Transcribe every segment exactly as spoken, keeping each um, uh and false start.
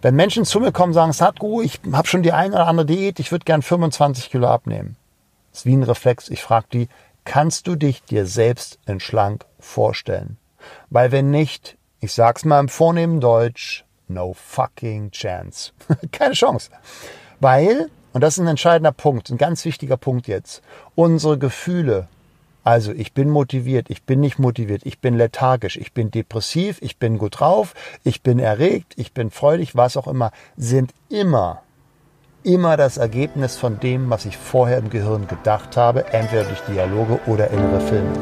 Wenn Menschen zu mir kommen und sagen, Sadhguru, ich habe schon die eine oder andere Diät, ich würde gern fünfundzwanzig Kilo abnehmen. Das ist wie ein Reflex. Ich frage die, kannst du dich dir selbst in schlank vorstellen? Weil wenn nicht, ich sag's mal im vornehmen Deutsch, no fucking chance. Keine Chance. Weil, und das ist ein entscheidender Punkt, ein ganz wichtiger Punkt jetzt, unsere Gefühle, also ich bin motiviert, ich bin nicht motiviert, ich bin lethargisch, ich bin depressiv, ich bin gut drauf, ich bin erregt, ich bin freudig, was auch immer, sind immer, immer das Ergebnis von dem, was ich vorher im Gehirn gedacht habe, entweder durch Dialoge oder innere Filme.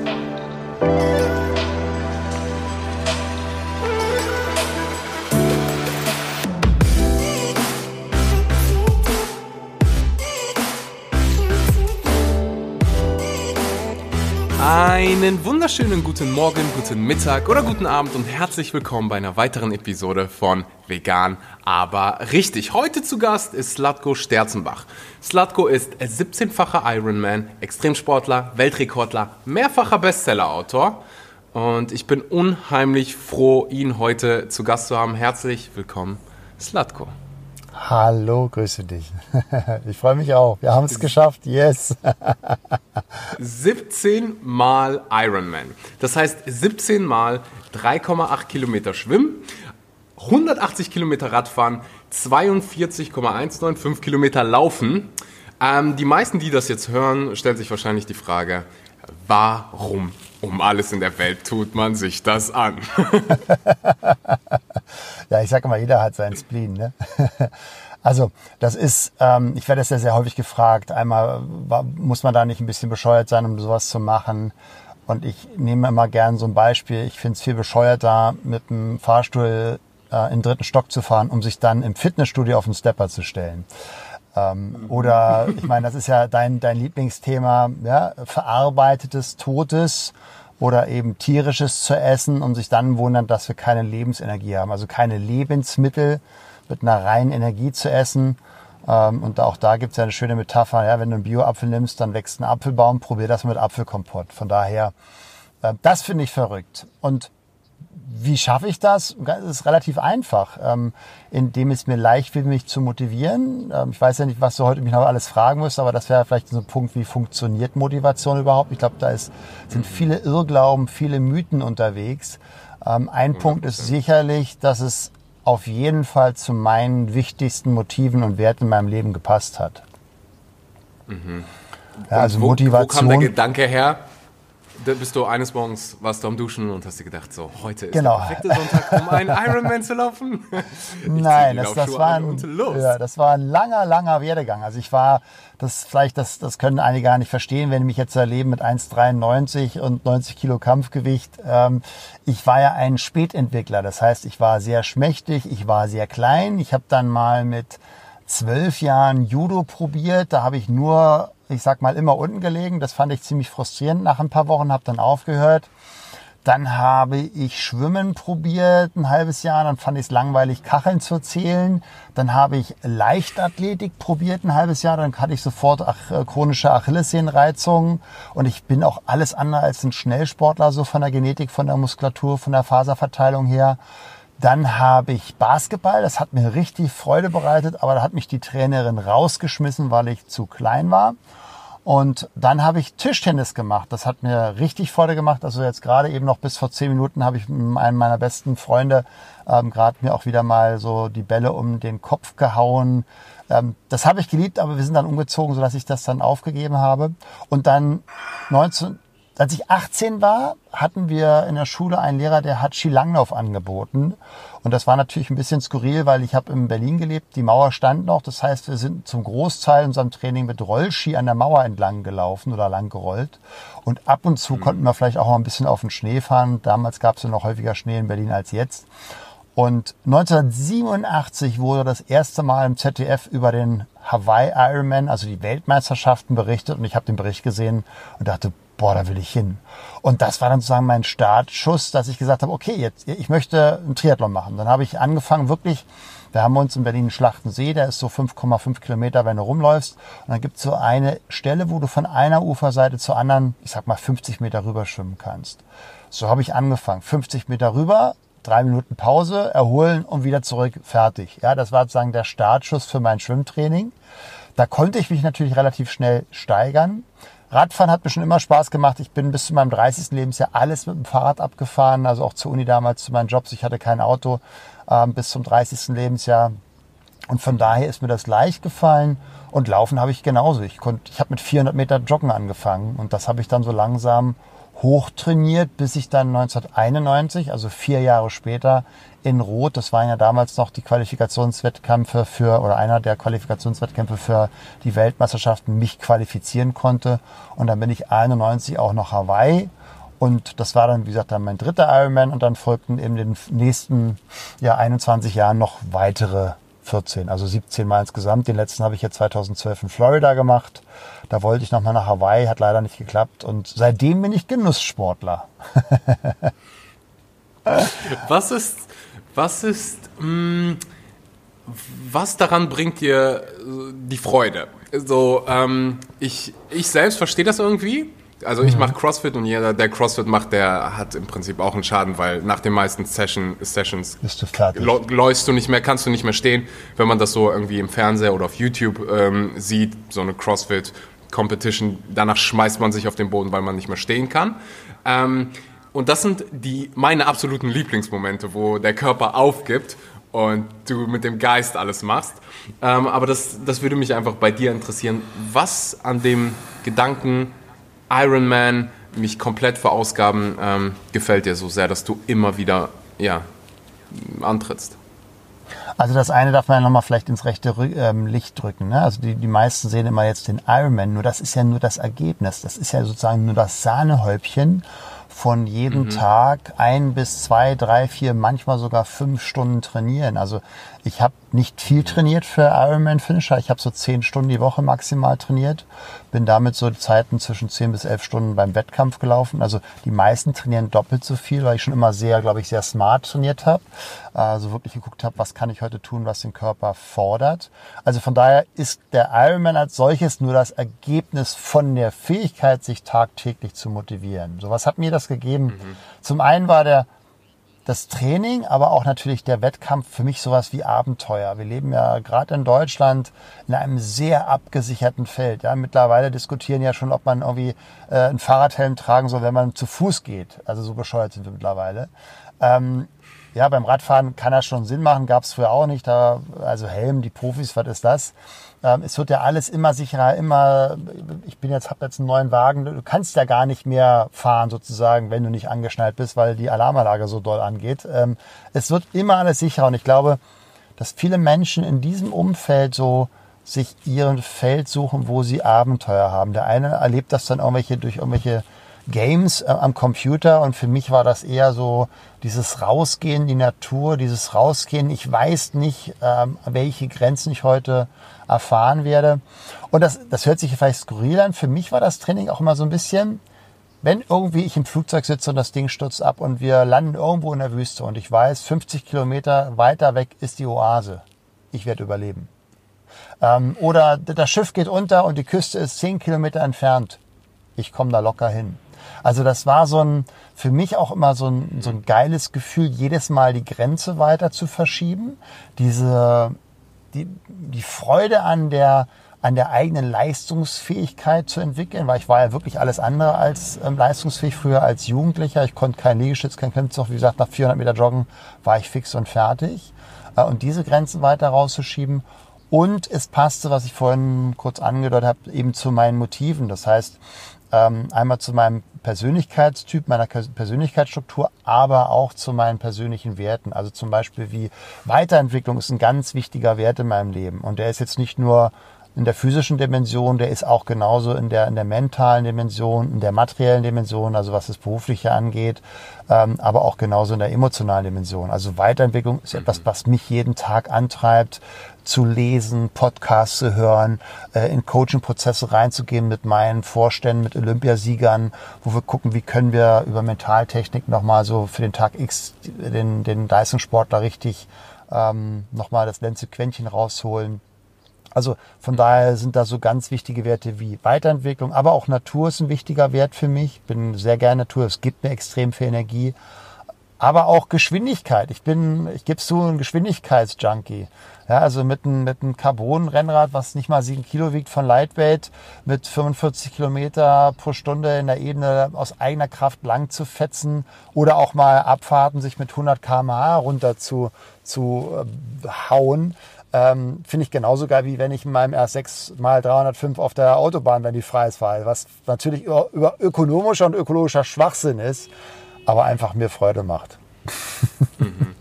Einen wunderschönen guten Morgen, guten Mittag oder guten Abend und herzlich willkommen bei einer weiteren Episode von Vegan, aber richtig. Heute zu Gast ist Zlatko Sterzenbach. Zlatko ist siebzehnfacher Ironman, Extremsportler, Weltrekordler, mehrfacher Bestsellerautor und ich bin unheimlich froh, ihn heute zu Gast zu haben. Herzlich willkommen, Zlatko. Hallo, grüße dich. Ich freue mich auch. Wir haben es geschafft. Yes. siebzehn Mal Ironman. Das heißt siebzehn Mal drei Komma acht Kilometer schwimmen, hundertachtzig Kilometer Radfahren, zweiundvierzig Komma hundertfünfzehn Kilometer laufen. Ähm, die meisten, die das jetzt hören, stellen sich wahrscheinlich die Frage, warum um alles in der Welt tut man sich das an? Ja, ich sage immer, jeder hat seinen Spleen, ne? Also das ist, ähm, ich werde das ja sehr häufig gefragt, einmal muss man da nicht ein bisschen bescheuert sein, um sowas zu machen? Und ich nehme immer gern so ein Beispiel, ich finde es viel bescheuerter, mit dem Fahrstuhl äh, in den dritten Stock zu fahren, um sich dann im Fitnessstudio auf den Stepper zu stellen. Ähm, oder, ich meine, das ist ja dein, dein Lieblingsthema, ja, verarbeitetes, totes oder eben tierisches zu essen und sich dann wundern, dass wir keine Lebensenergie haben, also keine Lebensmittel mit einer reinen Energie zu essen. Ähm, und auch da gibt es ja eine schöne Metapher, ja, wenn du einen Bio-Apfel nimmst, dann wächst ein Apfelbaum, probier das mit Apfelkompott. Von daher, äh, das finde ich verrückt. Und wie schaffe ich das? Das ist relativ einfach, ähm, indem es mir leicht wird, mich zu motivieren. Ähm, ich weiß ja nicht, was du heute mich noch alles fragen wirst, aber das wäre vielleicht so ein Punkt, wie funktioniert Motivation überhaupt? Ich glaube, da ist, sind viele Irrglauben, viele Mythen unterwegs. Ähm, ein Punkt ist sicherlich, dass es auf jeden Fall zu meinen wichtigsten Motiven und Werten in meinem Leben gepasst hat. Mhm. Ja, also wo, Motivation. Wo kam der Gedanke her? Da bist du eines Morgens, warst du am Duschen und hast dir gedacht, so, heute ist genau. der perfekte Sonntag, um einen Ironman zu laufen? Nein, das, das, war ein, ja, das war ein langer, langer Werdegang. Also ich war, das vielleicht, das, das können einige gar nicht verstehen, wenn die mich jetzt erleben mit eins Komma dreiundneunzig und neunzig Kilo Kampfgewicht. Ähm, ich war ja ein Spätentwickler, das heißt, ich war sehr schmächtig, ich war sehr klein. Ich habe dann mal mit zwölf Jahren Judo probiert, da habe ich nur, ich sag mal, immer unten gelegen. Das fand ich ziemlich frustrierend nach ein paar Wochen, habe dann aufgehört. Dann habe ich Schwimmen probiert, ein halbes Jahr. Dann fand ich es langweilig, Kacheln zu zählen. Dann habe ich Leichtathletik probiert, ein halbes Jahr. Dann hatte ich sofort ach, chronische Achillessehnenreizungen. Und ich bin auch alles andere als ein Schnellsportler, so von der Genetik, von der Muskulatur, von der Faserverteilung her. Dann habe ich Basketball, das hat mir richtig Freude bereitet, aber da hat mich die Trainerin rausgeschmissen, weil ich zu klein war. Und dann habe ich Tischtennis gemacht, das hat mir richtig Freude gemacht. Also jetzt gerade eben noch bis vor zehn Minuten habe ich mit einem meiner besten Freunde ähm, gerade mir auch wieder mal so die Bälle um den Kopf gehauen. Ähm, das habe ich geliebt, aber wir sind dann umgezogen, sodass ich das dann aufgegeben habe. Und dann neunzehn Als ich achtzehn war, hatten wir in der Schule einen Lehrer, der hat Skilanglauf angeboten. Und das war natürlich ein bisschen skurril, weil ich habe in Berlin gelebt, die Mauer stand noch. Das heißt, wir sind zum Großteil in unserem Training mit Rollski an der Mauer entlang gelaufen oder lang gerollt. Und ab und zu mhm. konnten wir vielleicht auch mal ein bisschen auf den Schnee fahren. Damals gab es ja noch häufiger Schnee in Berlin als jetzt. Und neunzehnhundertsiebenundachtzig wurde das erste Mal im Z D F über den Hawaii Ironman, also die Weltmeisterschaften, berichtet. Und ich habe den Bericht gesehen und dachte, boah, da will ich hin. Und das war dann sozusagen mein Startschuss, dass ich gesagt habe, okay, jetzt ich möchte einen Triathlon machen. Dann habe ich angefangen, wirklich, wir haben uns in Berlin Schlachtensee, der ist so fünf Komma fünf Kilometer, wenn du rumläufst. Und dann gibt es so eine Stelle, wo du von einer Uferseite zur anderen, ich sag mal, fünfzig Meter rüber schwimmen kannst. So habe ich angefangen, fünfzig Meter rüber, drei Minuten Pause, erholen und wieder zurück, fertig. Ja, das war sozusagen der Startschuss für mein Schwimmtraining. Da konnte ich mich natürlich relativ schnell steigern. Radfahren hat mir schon immer Spaß gemacht. Ich bin bis zu meinem dreißigsten Lebensjahr alles mit dem Fahrrad abgefahren, also auch zur Uni damals, zu meinen Jobs. Ich hatte kein Auto ähm, bis zum dreißigsten Lebensjahr. Und von daher ist mir das leicht gefallen. Und Laufen habe ich genauso. Ich konnte, ich habe mit vierhundert Meter Joggen angefangen und das habe ich dann so langsam hochtrainiert, bis ich dann neunzehnhunderteinundneunzig, also vier Jahre später, in Rot, das waren ja damals noch die Qualifikationswettkämpfe für, oder einer der Qualifikationswettkämpfe für die Weltmeisterschaften, mich qualifizieren konnte. Und dann bin ich einundneunzig auch nach Hawaii. Und das war dann, wie gesagt, dann mein dritter Ironman. Und dann folgten in den nächsten ja, einundzwanzig Jahren noch weitere vierzehn, also siebzehn Mal insgesamt. Den letzten habe ich jetzt zweitausendzwölf in Florida gemacht. Da wollte ich nochmal nach Hawaii, hat leider nicht geklappt. Und seitdem bin ich Genusssportler. Was ist, was ist, mh, was daran bringt dir die Freude? So, ähm, ich, ich selbst verstehe das irgendwie. Also ich mache CrossFit und jeder, der CrossFit macht, der hat im Prinzip auch einen Schaden, weil nach den meisten Session, Sessions bist du fertig. läufst du nicht mehr, kannst du nicht mehr stehen. Wenn man das so irgendwie im Fernseher oder auf YouTube ähm, sieht, so eine CrossFit-Competition, danach schmeißt man sich auf den Boden, weil man nicht mehr stehen kann. Ähm, und das sind die meine absoluten Lieblingsmomente, wo der Körper aufgibt und du mit dem Geist alles machst. Ähm, aber das, das würde mich einfach bei dir interessieren. Was an dem Gedanken Ironman, mich komplett verausgaben, ähm, gefällt dir so sehr, dass du immer wieder ja, antrittst? Also das eine darf man ja nochmal vielleicht ins rechte ähm, Licht drücken. Ne? Also die, die meisten sehen immer jetzt den Ironman, nur das ist ja nur das Ergebnis. Das ist ja sozusagen nur das Sahnehäubchen von jedem mhm. Tag ein bis zwei, drei, vier, manchmal sogar fünf Stunden trainieren. Also ich habe nicht viel trainiert für Ironman-Finisher. Ich habe so zehn Stunden die Woche maximal trainiert. Bin damit so Zeiten zwischen zehn bis elf Stunden beim Wettkampf gelaufen. Also die meisten trainieren doppelt so viel, weil ich schon immer sehr, glaube ich, sehr smart trainiert habe. Also wirklich geguckt habe, was kann ich heute tun, was den Körper fordert. Also von daher ist der Ironman als solches nur das Ergebnis von der Fähigkeit, sich tagtäglich zu motivieren. So, was hat mir das gegeben? Mhm. Zum einen war der das Training, aber auch natürlich der Wettkampf für mich sowas wie Abenteuer. Wir leben ja gerade in Deutschland in einem sehr abgesicherten Feld. Ja, mittlerweile diskutieren ja schon, ob man irgendwie äh, einen Fahrradhelm tragen soll, wenn man zu Fuß geht. Also so bescheuert sind wir mittlerweile. Ähm, ja, beim Radfahren kann das schon Sinn machen, gab es früher auch nicht. Da, also Helm, die Profis, was ist das? Ähm, es wird ja alles immer sicherer, immer, ich bin jetzt, habe jetzt einen neuen Wagen, du kannst ja gar nicht mehr fahren sozusagen, wenn du nicht angeschnallt bist, weil die Alarmanlage so doll angeht. Ähm, es wird immer alles sicherer und ich glaube, dass viele Menschen in diesem Umfeld so sich ihren Feld suchen, wo sie Abenteuer haben. Der eine erlebt das dann irgendwelche durch irgendwelche Games äh, am Computer und für mich war das eher so dieses Rausgehen, die Natur, dieses Rausgehen. Ich weiß nicht, ähm, welche Grenzen ich heute erfahren werde. Und das, das hört sich vielleicht skurril an. Für mich war das Training auch immer so ein bisschen, wenn irgendwie ich im Flugzeug sitze und das Ding stürzt ab und wir landen irgendwo in der Wüste und ich weiß, fünfzig Kilometer weiter weg ist die Oase. Ich werde überleben. Ähm, oder das Schiff geht unter und die Küste ist zehn Kilometer entfernt. Ich komme da locker hin. Also das war so ein, für mich auch immer so ein, so ein geiles Gefühl, jedes Mal die Grenze weiter zu verschieben. Diese, die, die Freude an der, an der eigenen Leistungsfähigkeit zu entwickeln, weil ich war ja wirklich alles andere als ähm, leistungsfähig früher als Jugendlicher. Ich konnte kein Liegestütz, kein Klimmzug. Wie gesagt, nach vierhundert Meter Joggen war ich fix und fertig. Äh, und diese Grenzen weiter rauszuschieben. Und es passte, was ich vorhin kurz angedeutet habe, eben zu meinen Motiven. Das heißt, ähm, einmal zu meinem Persönlichkeitstyp, meiner Persönlichkeitsstruktur, aber auch zu meinen persönlichen Werten. Also zum Beispiel wie Weiterentwicklung ist ein ganz wichtiger Wert in meinem Leben. Und der ist jetzt nicht nur in der physischen Dimension, der ist auch genauso in der, in der mentalen Dimension, in der materiellen Dimension, also was das Berufliche angeht, ähm, aber auch genauso in der emotionalen Dimension. Also Weiterentwicklung ist etwas, was mich jeden Tag antreibt, zu lesen, Podcasts zu hören, äh, in Coaching-Prozesse reinzugehen mit meinen Vorständen, mit Olympiasiegern, wo wir gucken, wie können wir über Mentaltechnik nochmal so für den Tag X den, den Leistungssportler richtig ähm, nochmal das letzte Quäntchen rausholen. Also von daher sind da so ganz wichtige Werte wie Weiterentwicklung, aber auch Natur ist ein wichtiger Wert für mich. Ich bin sehr gerne Natur, es gibt mir extrem viel Energie. aber auch Geschwindigkeit. Ich bin, ich gebe es zu, ein Geschwindigkeitsjunkie. Ja, also mit einem, mit einem Carbon-Rennrad, was nicht mal sieben Kilo wiegt, von Lightweight mit fünfundvierzig Kilometer pro Stunde in der Ebene aus eigener Kraft lang zu fetzen oder auch mal Abfahrten sich mit hundert Kilometer pro Stunde runter zu, zu äh, hauen. Ähm, finde ich genauso geil, wie wenn ich in meinem R sechs mal dreihundertfünf auf der Autobahn, wenn die frei ist, fahre. Was natürlich über, über ökonomischer und ökologischer Schwachsinn ist, aber einfach mir Freude macht. Mhm.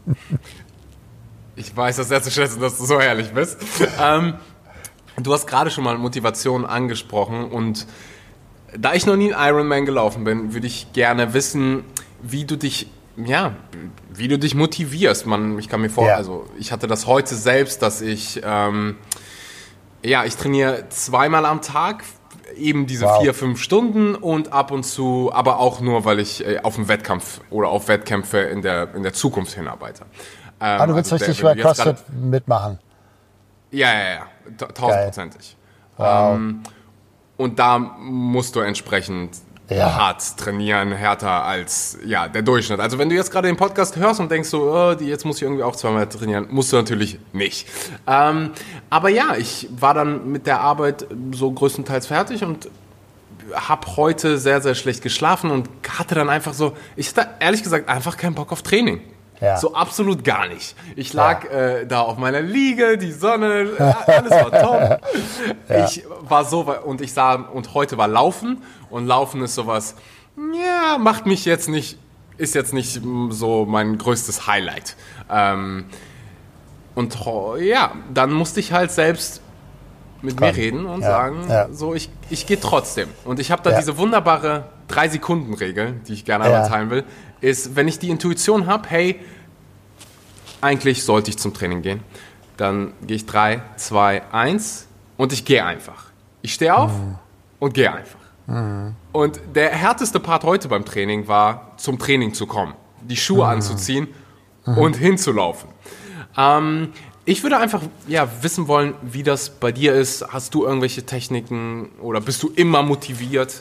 Ich weiß das sehr zu schätzen, dass du so ehrlich bist. Ähm, du hast gerade schon mal Motivation angesprochen und da ich noch nie einen Ironman gelaufen bin, würde ich gerne wissen, wie du dich, ja, wie du dich motivierst. Man, ich kann mir vor, ja. also ich hatte das heute selbst, dass ich, ähm, ja, ich trainiere zweimal am Tag, eben diese wow. vier, fünf Stunden und ab und zu, aber auch nur, weil ich äh, auf einen Wettkampf oder auf Wettkämpfe in der, in der Zukunft hinarbeite. Ähm, ah, du willst also richtig bei CrossFit grad, mitmachen? Ja, ja, ja, tausendprozentig. Wow. Ähm, und da musst du entsprechend ja. hart trainieren, härter als ja, der Durchschnitt. Also wenn du jetzt gerade den Podcast hörst und denkst so, oh, die, jetzt muss ich irgendwie auch zweimal trainieren, musst du natürlich nicht. Ähm, aber ja, ich war dann mit der Arbeit so größtenteils fertig und habe heute sehr, sehr schlecht geschlafen und hatte dann einfach so, ich hatte ehrlich gesagt einfach keinen Bock auf Training. Ja. So absolut gar nicht. Ich lag ja. äh, da auf meiner Liege, die Sonne, alles war top. Ja. Ich war so, und ich sah, und heute war Laufen, und Laufen ist sowas, ja, macht mich jetzt nicht, ist jetzt nicht so mein größtes Highlight. Ähm, und ja, dann musste ich halt selbst mit Komm. mir reden und ja. sagen, ja. so, ich, ich gehe trotzdem. Und ich habe da ja. diese wunderbare drei Sekunden Regel, die ich gerne einmal ja. teilen will, ist, wenn ich die Intuition habe, hey, eigentlich sollte ich zum Training gehen, dann gehe ich drei, zwei, eins und ich gehe einfach. Ich stehe auf mhm. und gehe einfach. Mhm. Und der härteste Part heute beim Training war, zum Training zu kommen, die Schuhe mhm. anzuziehen mhm. und hinzulaufen. Ähm, ich würde einfach ja, wissen wollen, wie das bei dir ist. Hast du irgendwelche Techniken oder bist du immer motiviert?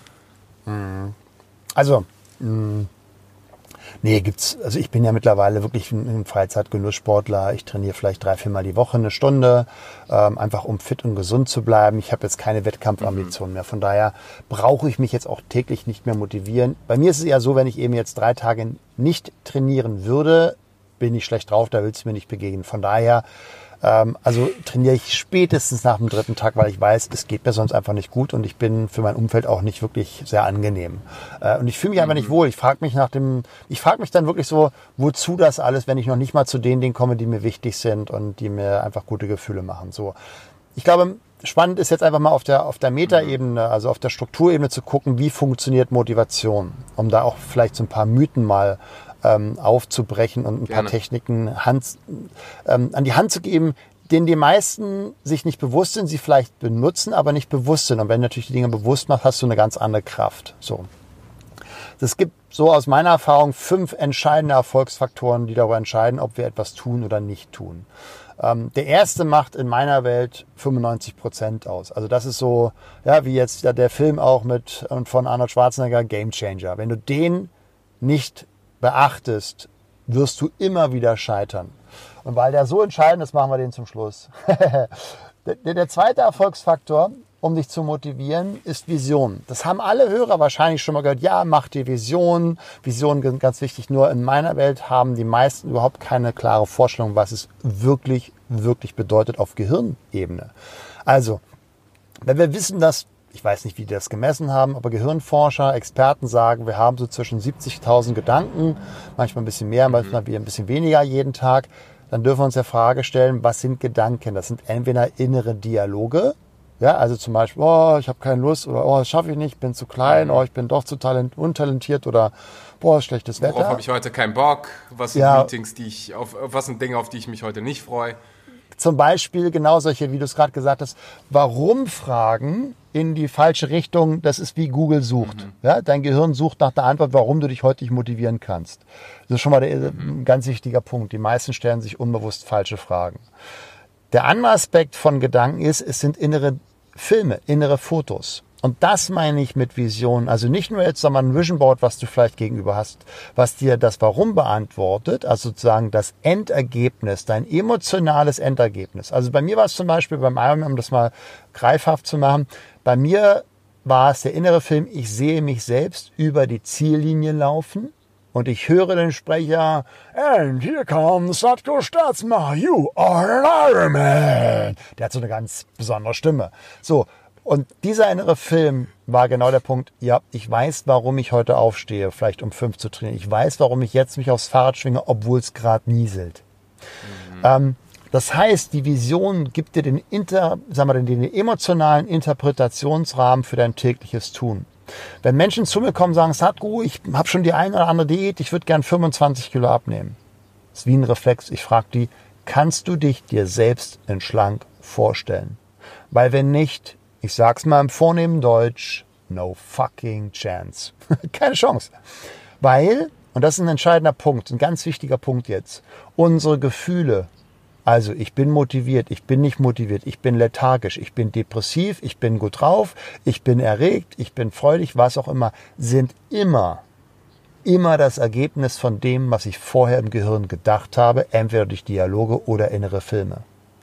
Mhm. Also, mh. Nee, gibt's, also ich bin ja mittlerweile wirklich ein, ein Freizeitgenusssportler. Ich trainiere vielleicht drei, viermal die Woche eine Stunde, ähm, einfach um fit und gesund zu bleiben. Ich habe jetzt keine Wettkampfambitionen mhm. mehr. Von daher brauche ich mich jetzt auch täglich nicht mehr motivieren. Bei mir ist es eher so, wenn ich eben jetzt drei Tage nicht trainieren würde, bin ich schlecht drauf, da willst du mir nicht begegnen. Von daher, ähm, also trainiere ich spätestens nach dem dritten Tag, weil ich weiß, es geht mir sonst einfach nicht gut und ich bin für mein Umfeld auch nicht wirklich sehr angenehm. Äh, und ich fühle mich mhm. einfach nicht wohl. Ich frage mich nach dem, ich frage mich dann wirklich so, wozu das alles, wenn ich noch nicht mal zu den Dingen komme, die mir wichtig sind und die mir einfach gute Gefühle machen. So, ich glaube, spannend ist jetzt einfach mal auf der, auf der Metaebene, also auf der Strukturebene zu gucken, wie funktioniert Motivation, um da auch vielleicht so ein paar Mythen mal ähm, aufzubrechen und ein Gerne. paar Techniken Hand, ähm, an die Hand zu geben, denen die meisten sich nicht bewusst sind, sie vielleicht benutzen, aber nicht bewusst sind. Und wenn du natürlich die Dinge bewusst machst, hast du eine ganz andere Kraft. So. Es gibt so aus meiner Erfahrung fünf entscheidende Erfolgsfaktoren, die darüber entscheiden, ob wir etwas tun oder nicht tun. Ähm, der erste macht in meiner Welt fünfundneunzig Prozent aus. Also das ist so, ja, wie jetzt der, der Film auch mit und von Arnold Schwarzenegger, Game Changer. Wenn du den nicht beachtest, wirst du immer wieder scheitern. Und weil der so entscheidend ist, machen wir den zum Schluss. der, der zweite Erfolgsfaktor, um dich zu motivieren, ist Vision. Das haben alle Hörer wahrscheinlich schon mal gehört. Ja, mach dir Vision. Vision sind ganz wichtig. Nur in meiner Welt haben die meisten überhaupt keine klare Vorstellung, was es wirklich, wirklich bedeutet auf Gehirnebene. Also, wenn wir wissen, dass, ich weiß nicht, wie die das gemessen haben, aber Gehirnforscher, Experten sagen, wir haben so zwischen siebzigtausend Gedanken, manchmal ein bisschen mehr, manchmal ein bisschen weniger jeden Tag, dann dürfen wir uns der Frage stellen, was sind Gedanken? Das sind entweder innere Dialoge, ja, also zum Beispiel, oh, ich habe keine Lust oder oh, das schaffe ich nicht, bin zu klein, oh, ich bin doch zu talent, untalentiert oder boah, schlechtes Wetter. Worauf habe ich heute keinen Bock? Was sind ja. Meetings, die ich auf, was sind Dinge, auf die ich mich heute nicht freue? Zum Beispiel genau solche, wie du es gerade gesagt hast, Warum-Fragen in die falsche Richtung, das ist wie Google sucht. Mhm. Ja, dein Gehirn sucht nach der Antwort, warum du dich heute nicht motivieren kannst. Das ist schon mal der, mhm. ein ganz wichtiger Punkt. Die meisten stellen sich unbewusst falsche Fragen. Der andere Aspekt von Gedanken ist, es sind innere Filme, innere Fotos. Und das meine ich mit Vision. Also nicht nur jetzt sagen wir, ein Vision Board, was du vielleicht gegenüber hast, was dir das Warum beantwortet, also sozusagen das Endergebnis, dein emotionales Endergebnis. Also bei mir war es zum Beispiel beim Ironman, um das mal greifhaft zu machen, bei mir war es der innere Film, ich sehe mich selbst über die Ziellinie laufen und ich höre den Sprecher, and here comes Slatko Staatsmacher, you are an Ironman. Der hat so eine ganz besondere Stimme. So. Und dieser innere Film war genau der Punkt, ja, ich weiß, warum ich heute aufstehe, vielleicht um fünf zu trainieren. Ich weiß, warum ich jetzt mich aufs Fahrrad schwinge, obwohl es gerade nieselt. Mhm. Ähm, das heißt, die Vision gibt dir den, Inter, sagen wir, den emotionalen Interpretationsrahmen für dein tägliches Tun. Wenn Menschen zu mir kommen und sagen, Sadhguru, ich habe schon die eine oder andere Diät, ich würde gern fünfundzwanzig Kilo abnehmen. Das ist wie ein Reflex. Ich frage die, kannst du dich dir selbst in schlank vorstellen? Weil wenn nicht, ich sag's mal im vornehmen Deutsch, no fucking chance. Keine Chance. Weil, und das ist ein entscheidender Punkt, ein ganz wichtiger Punkt jetzt, unsere Gefühle, also ich bin motiviert, ich bin nicht motiviert, ich bin lethargisch, ich bin depressiv, ich bin gut drauf, ich bin erregt, ich bin freudig, was auch immer, sind immer, immer das Ergebnis von dem, was ich vorher im Gehirn gedacht habe, entweder durch Dialoge oder innere Filme.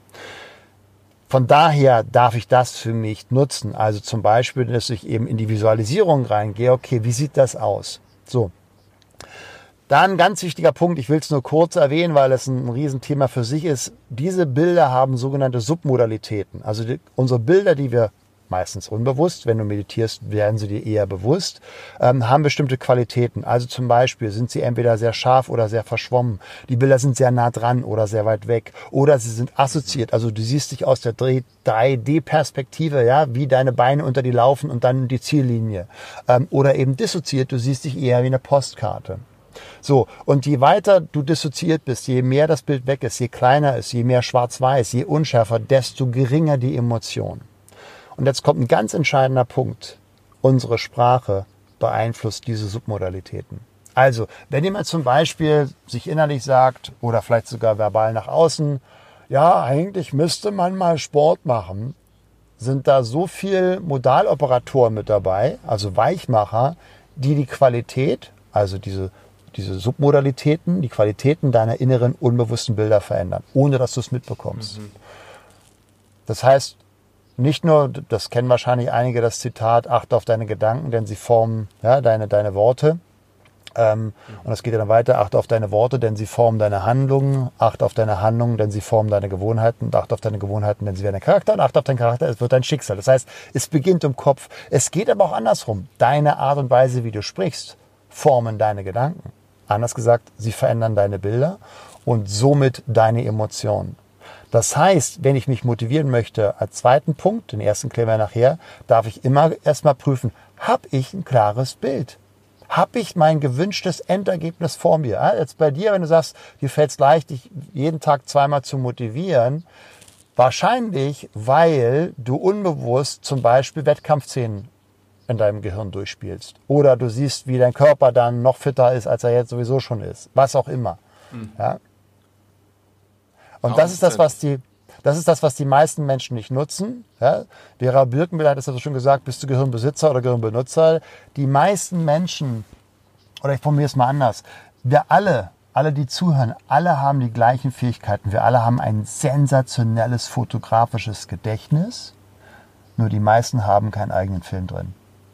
Von daher darf ich das für mich nutzen. Also zum Beispiel, dass ich eben in die Visualisierung reingehe. Okay, wie sieht das aus? So. Dann ein ganz wichtiger Punkt, ich will es nur kurz erwähnen, weil es ein Riesenthema für sich ist. Diese Bilder haben sogenannte Submodalitäten. Also die, unsere Bilder, die wir meistens unbewusst, wenn du meditierst, werden sie dir eher bewusst, ähm, haben bestimmte Qualitäten. Also zum Beispiel sind sie entweder sehr scharf oder sehr verschwommen. Die Bilder sind sehr nah dran oder sehr weit weg. Oder sie sind assoziiert. Also du siehst dich aus der drei D Perspektive, ja, wie deine Beine unter dir laufen und dann die Ziellinie. Ähm, oder eben dissoziiert, du siehst dich eher wie eine Postkarte. So, und je weiter du dissoziiert bist, je mehr das Bild weg ist, je kleiner ist, je mehr schwarz-weiß, je unschärfer, desto geringer die Emotion. Und jetzt kommt ein ganz entscheidender Punkt. Unsere Sprache beeinflusst diese Submodalitäten. Also, wenn jemand zum Beispiel sich innerlich sagt oder vielleicht sogar verbal nach außen, ja, eigentlich müsste man mal Sport machen, sind da so viel Modaloperatoren mit dabei, also Weichmacher, die die Qualität, also diese, diese Submodalitäten, die Qualitäten deiner inneren unbewussten Bilder verändern, ohne dass du es mitbekommst. Mhm. Das heißt, nicht nur, das kennen wahrscheinlich einige, das Zitat, achte auf deine Gedanken, denn sie formen ja, deine, deine Worte. Ähm, mhm. Und das geht ja dann weiter, achte auf deine Worte, denn sie formen deine Handlungen. Achte auf deine Handlungen, denn sie formen deine Gewohnheiten. Und achte auf deine Gewohnheiten, denn sie werden dein Charakter. Und achte auf deinen Charakter, es wird dein Schicksal. Das heißt, es beginnt im Kopf. Es geht aber auch andersrum. Deine Art und Weise, wie du sprichst, formen deine Gedanken. Anders gesagt, sie verändern deine Bilder und somit deine Emotionen. Das heißt, wenn ich mich motivieren möchte, als zweiten Punkt, den ersten klären wir nachher, darf ich immer erstmal prüfen, habe ich ein klares Bild? Habe ich mein gewünschtes Endergebnis vor mir? Jetzt bei dir, wenn du sagst, dir fällt es leicht, dich jeden Tag zweimal zu motivieren, wahrscheinlich, weil du unbewusst zum Beispiel Wettkampfszenen in deinem Gehirn durchspielst. Oder du siehst, wie dein Körper dann noch fitter ist, als er jetzt sowieso schon ist. Was auch immer. Mhm. Ja? Und das ist das, was die, das ist das, was die meisten Menschen nicht nutzen. Ja? Vera Birkenbill hat es ja so schön gesagt, bist du Gehirnbesitzer oder Gehirnbenutzer? Die meisten Menschen, oder ich formuliere es mal anders, wir alle, alle die zuhören, alle haben die gleichen Fähigkeiten. Wir alle haben ein sensationelles fotografisches Gedächtnis, nur die meisten haben keinen eigenen Film drin.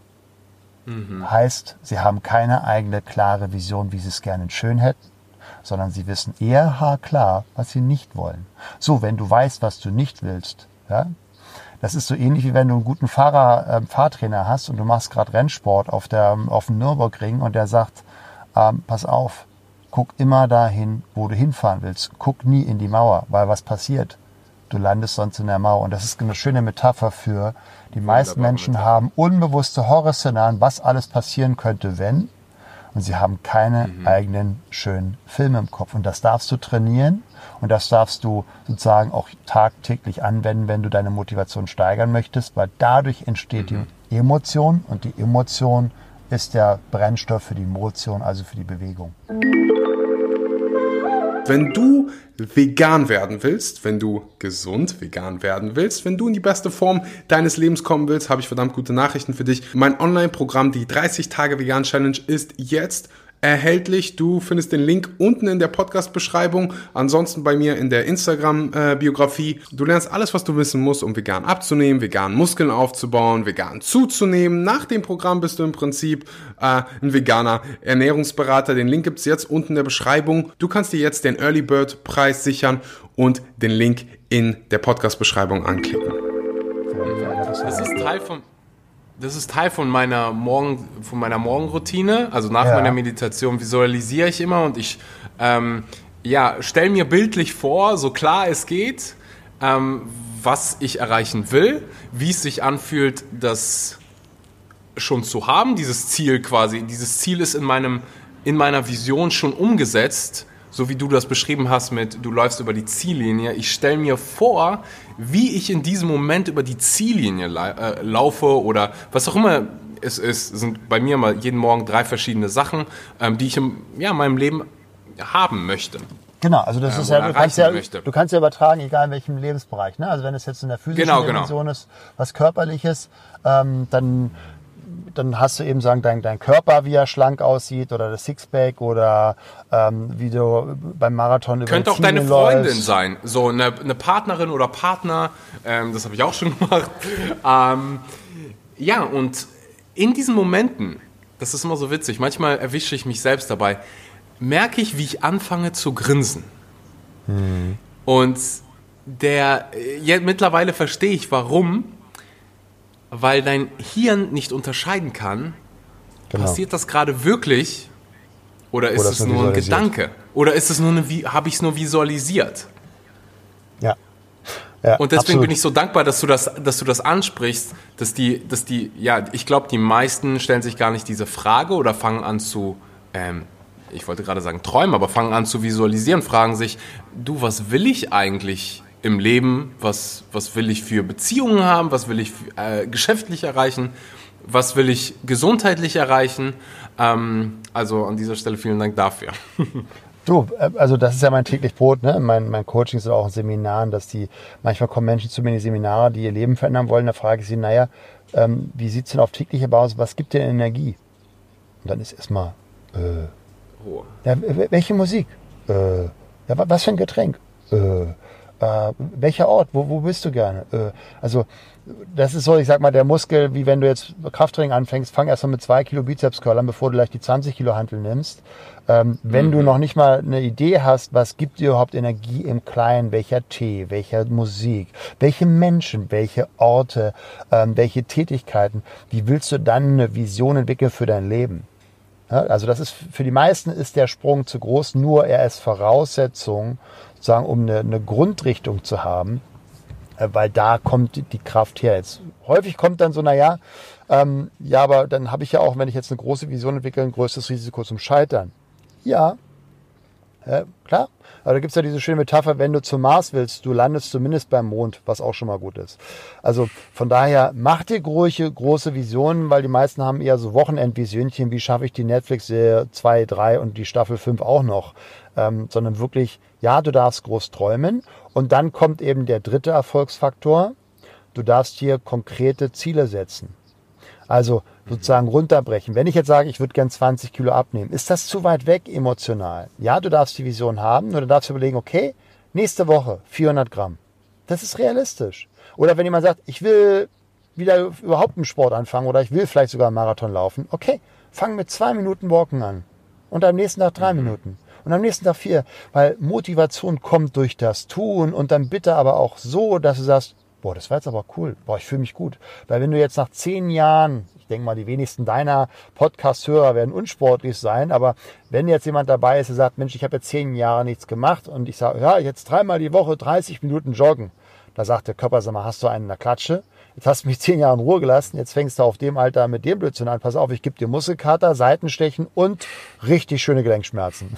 Mhm. Heißt, sie haben keine eigene klare Vision, wie sie es gerne schön hätten, sondern sie wissen eher haarklar, was sie nicht wollen. So, wenn du weißt, was du nicht willst, ja, das ist so ähnlich wie wenn du einen guten Fahrer, äh, Fahrtrainer hast und du machst gerade Rennsport auf, der, auf dem Nürburgring und der sagt, ähm, pass auf, guck immer dahin, wo du hinfahren willst. Guck nie in die Mauer, weil was passiert? Du landest sonst in der Mauer. Und das ist eine schöne Metapher für, die meisten Menschen haben unbewusste Horrorszenarien, was alles passieren könnte, wenn. Und sie haben keine mhm. eigenen schönen Filme im Kopf. Und das darfst du trainieren und das darfst du sozusagen auch tagtäglich anwenden, wenn du deine Motivation steigern möchtest, weil dadurch entsteht mhm. die Emotion und die Emotion ist der Brennstoff für die Motion, also für die Bewegung. Wenn du vegan werden willst, wenn du gesund vegan werden willst, wenn du in die beste Form deines Lebens kommen willst, habe ich verdammt gute Nachrichten für dich. Mein Online-Programm, die dreißig Tage Vegan Challenge, ist jetzt erhältlich. Du findest den Link unten in der Podcast-Beschreibung, ansonsten bei mir in der Instagram-Biografie. Du lernst alles, was du wissen musst, um vegan abzunehmen, vegan Muskeln aufzubauen, vegan zuzunehmen. Nach dem Programm bist du im Prinzip äh, ein veganer Ernährungsberater. Den Link gibt es jetzt unten in der Beschreibung. Du kannst dir jetzt den Early Bird Preis sichern und den Link in der Podcast-Beschreibung anklicken. Das ist Teil von... Das ist Teil von meiner Morgen, von meiner Morgenroutine. Also nach ja. meiner Meditation visualisiere ich immer und ich ähm, ja, stelle mir bildlich vor, so klar es geht, ähm, was ich erreichen will, wie es sich anfühlt, das schon zu haben, dieses Ziel quasi. Dieses Ziel ist in meinem, in meiner Vision schon umgesetzt, so wie du das beschrieben hast mit, du läufst über die Ziellinie. Ich stelle mir vor, wie ich in diesem Moment über die Ziellinie la- äh, laufe oder was auch immer es ist. Es sind bei mir mal jeden Morgen drei verschiedene Sachen, ähm, die ich in ja, meinem Leben haben möchte. Genau, also das äh, ist ja du, kannst ja, du kannst ja übertragen, egal in welchem Lebensbereich. Ne? Also wenn es jetzt in der physischen genau, Dimension genau. ist, was Körperliches, ähm, dann... dann hast du eben sagen, dein, dein Körper, wie er schlank aussieht oder das Sixpack oder ähm, wie du beim Marathon über Könnte die auch deine Ziele Freundin läufst. sein, so eine, eine Partnerin oder Partner, ähm, das habe ich auch schon gemacht. Ähm, ja, und in diesen Momenten, das ist immer so witzig, manchmal erwische ich mich selbst dabei, merke ich, wie ich anfange zu grinsen. Hm. Und der, ja, mittlerweile verstehe ich, warum. Weil dein Hirn nicht unterscheiden kann, genau. passiert das gerade wirklich oder ist oder es nur ein Gedanke? Oder ist es nur eine, habe ich es nur visualisiert? Ja. ja Und deswegen absolut. bin ich so dankbar, dass du das, dass du das ansprichst, dass die, dass die, ja, ich glaube, die meisten stellen sich gar nicht diese Frage oder fangen an zu, ähm, ich wollte gerade sagen träumen, aber fangen an zu visualisieren, fragen sich, du, was will ich eigentlich im Leben, was, was will ich für Beziehungen haben, was will ich äh, geschäftlich erreichen, was will ich gesundheitlich erreichen. Ähm, also an dieser Stelle vielen Dank dafür. Du, also das ist ja mein täglich Brot, ne? Mein, mein Coaching ist auch in Seminaren, dass die, manchmal kommen Menschen zu mir in die Seminare, die ihr Leben verändern wollen, da frage ich sie, naja, ähm, wie sieht es denn auf täglicher Basis, was gibt dir Energie? Und dann ist erstmal, äh, oh. ja, welche Musik? Äh, ja, was für ein Getränk? Äh, Äh, welcher Ort? Wo, wo bist du gerne? Äh, also das ist so, ich sag mal, der Muskel, wie wenn du jetzt Krafttraining anfängst, fang erst mal mit zwei Kilo Bizeps-Curlern, bevor du gleich die zwanzig Kilo Hantel nimmst. Ähm, wenn mhm. du noch nicht mal eine Idee hast, was gibt dir überhaupt Energie im Kleinen, welcher Tee, welcher Musik, welche Menschen, welche Orte, ähm, welche Tätigkeiten, wie willst du dann eine Vision entwickeln für dein Leben? Ja, also das ist, für die meisten ist der Sprung zu groß, nur er ist Voraussetzung, sozusagen, um eine, eine Grundrichtung zu haben, äh, weil da kommt die, die Kraft her. Jetzt, häufig kommt dann so, naja, ähm, ja, aber dann habe ich ja auch, wenn ich jetzt eine große Vision entwickle, ein größtes Risiko zum Scheitern. Ja, ja klar. Aber da gibt es ja diese schöne Metapher, wenn du zum Mars willst, du landest zumindest beim Mond, was auch schon mal gut ist. Also von daher, mach dir große, große Visionen, weil die meisten haben eher so Wochenendvisionchen, wie schaffe ich die Netflix-Serie zwei, drei und die Staffel fünf auch noch. Ähm, sondern wirklich, ja, du darfst groß träumen. Und dann kommt eben der dritte Erfolgsfaktor. Du darfst hier konkrete Ziele setzen. Also sozusagen runterbrechen. Wenn ich jetzt sage, ich würde gern zwanzig Kilo abnehmen, ist das zu weit weg emotional? Ja, du darfst die Vision haben, nur du darfst überlegen, okay, nächste Woche vierhundert Gramm. Das ist realistisch. Oder wenn jemand sagt, ich will wieder überhaupt einen Sport anfangen oder ich will vielleicht sogar einen Marathon laufen, okay, fang mit zwei Minuten Walken an und am nächsten Tag drei Minuten. Und am nächsten Tag vier, weil Motivation kommt durch das Tun und dann bitte aber auch so, dass du sagst, boah, das war jetzt aber cool, boah, ich fühle mich gut. Weil wenn du jetzt nach zehn Jahren, ich denke mal, die wenigsten deiner Podcast-Hörer werden unsportlich sein, aber wenn jetzt jemand dabei ist, der sagt, Mensch, ich habe jetzt zehn Jahre nichts gemacht und ich sage, ja, jetzt dreimal die Woche dreißig Minuten joggen, da sagt der Körper, sag mal, hast du einen in der Klatsche? Jetzt hast du mich zehn Jahre in Ruhe gelassen, jetzt fängst du auf dem Alter mit dem Blödsinn an. Pass auf, ich gebe dir Muskelkater, Seitenstechen und richtig schöne Gelenkschmerzen.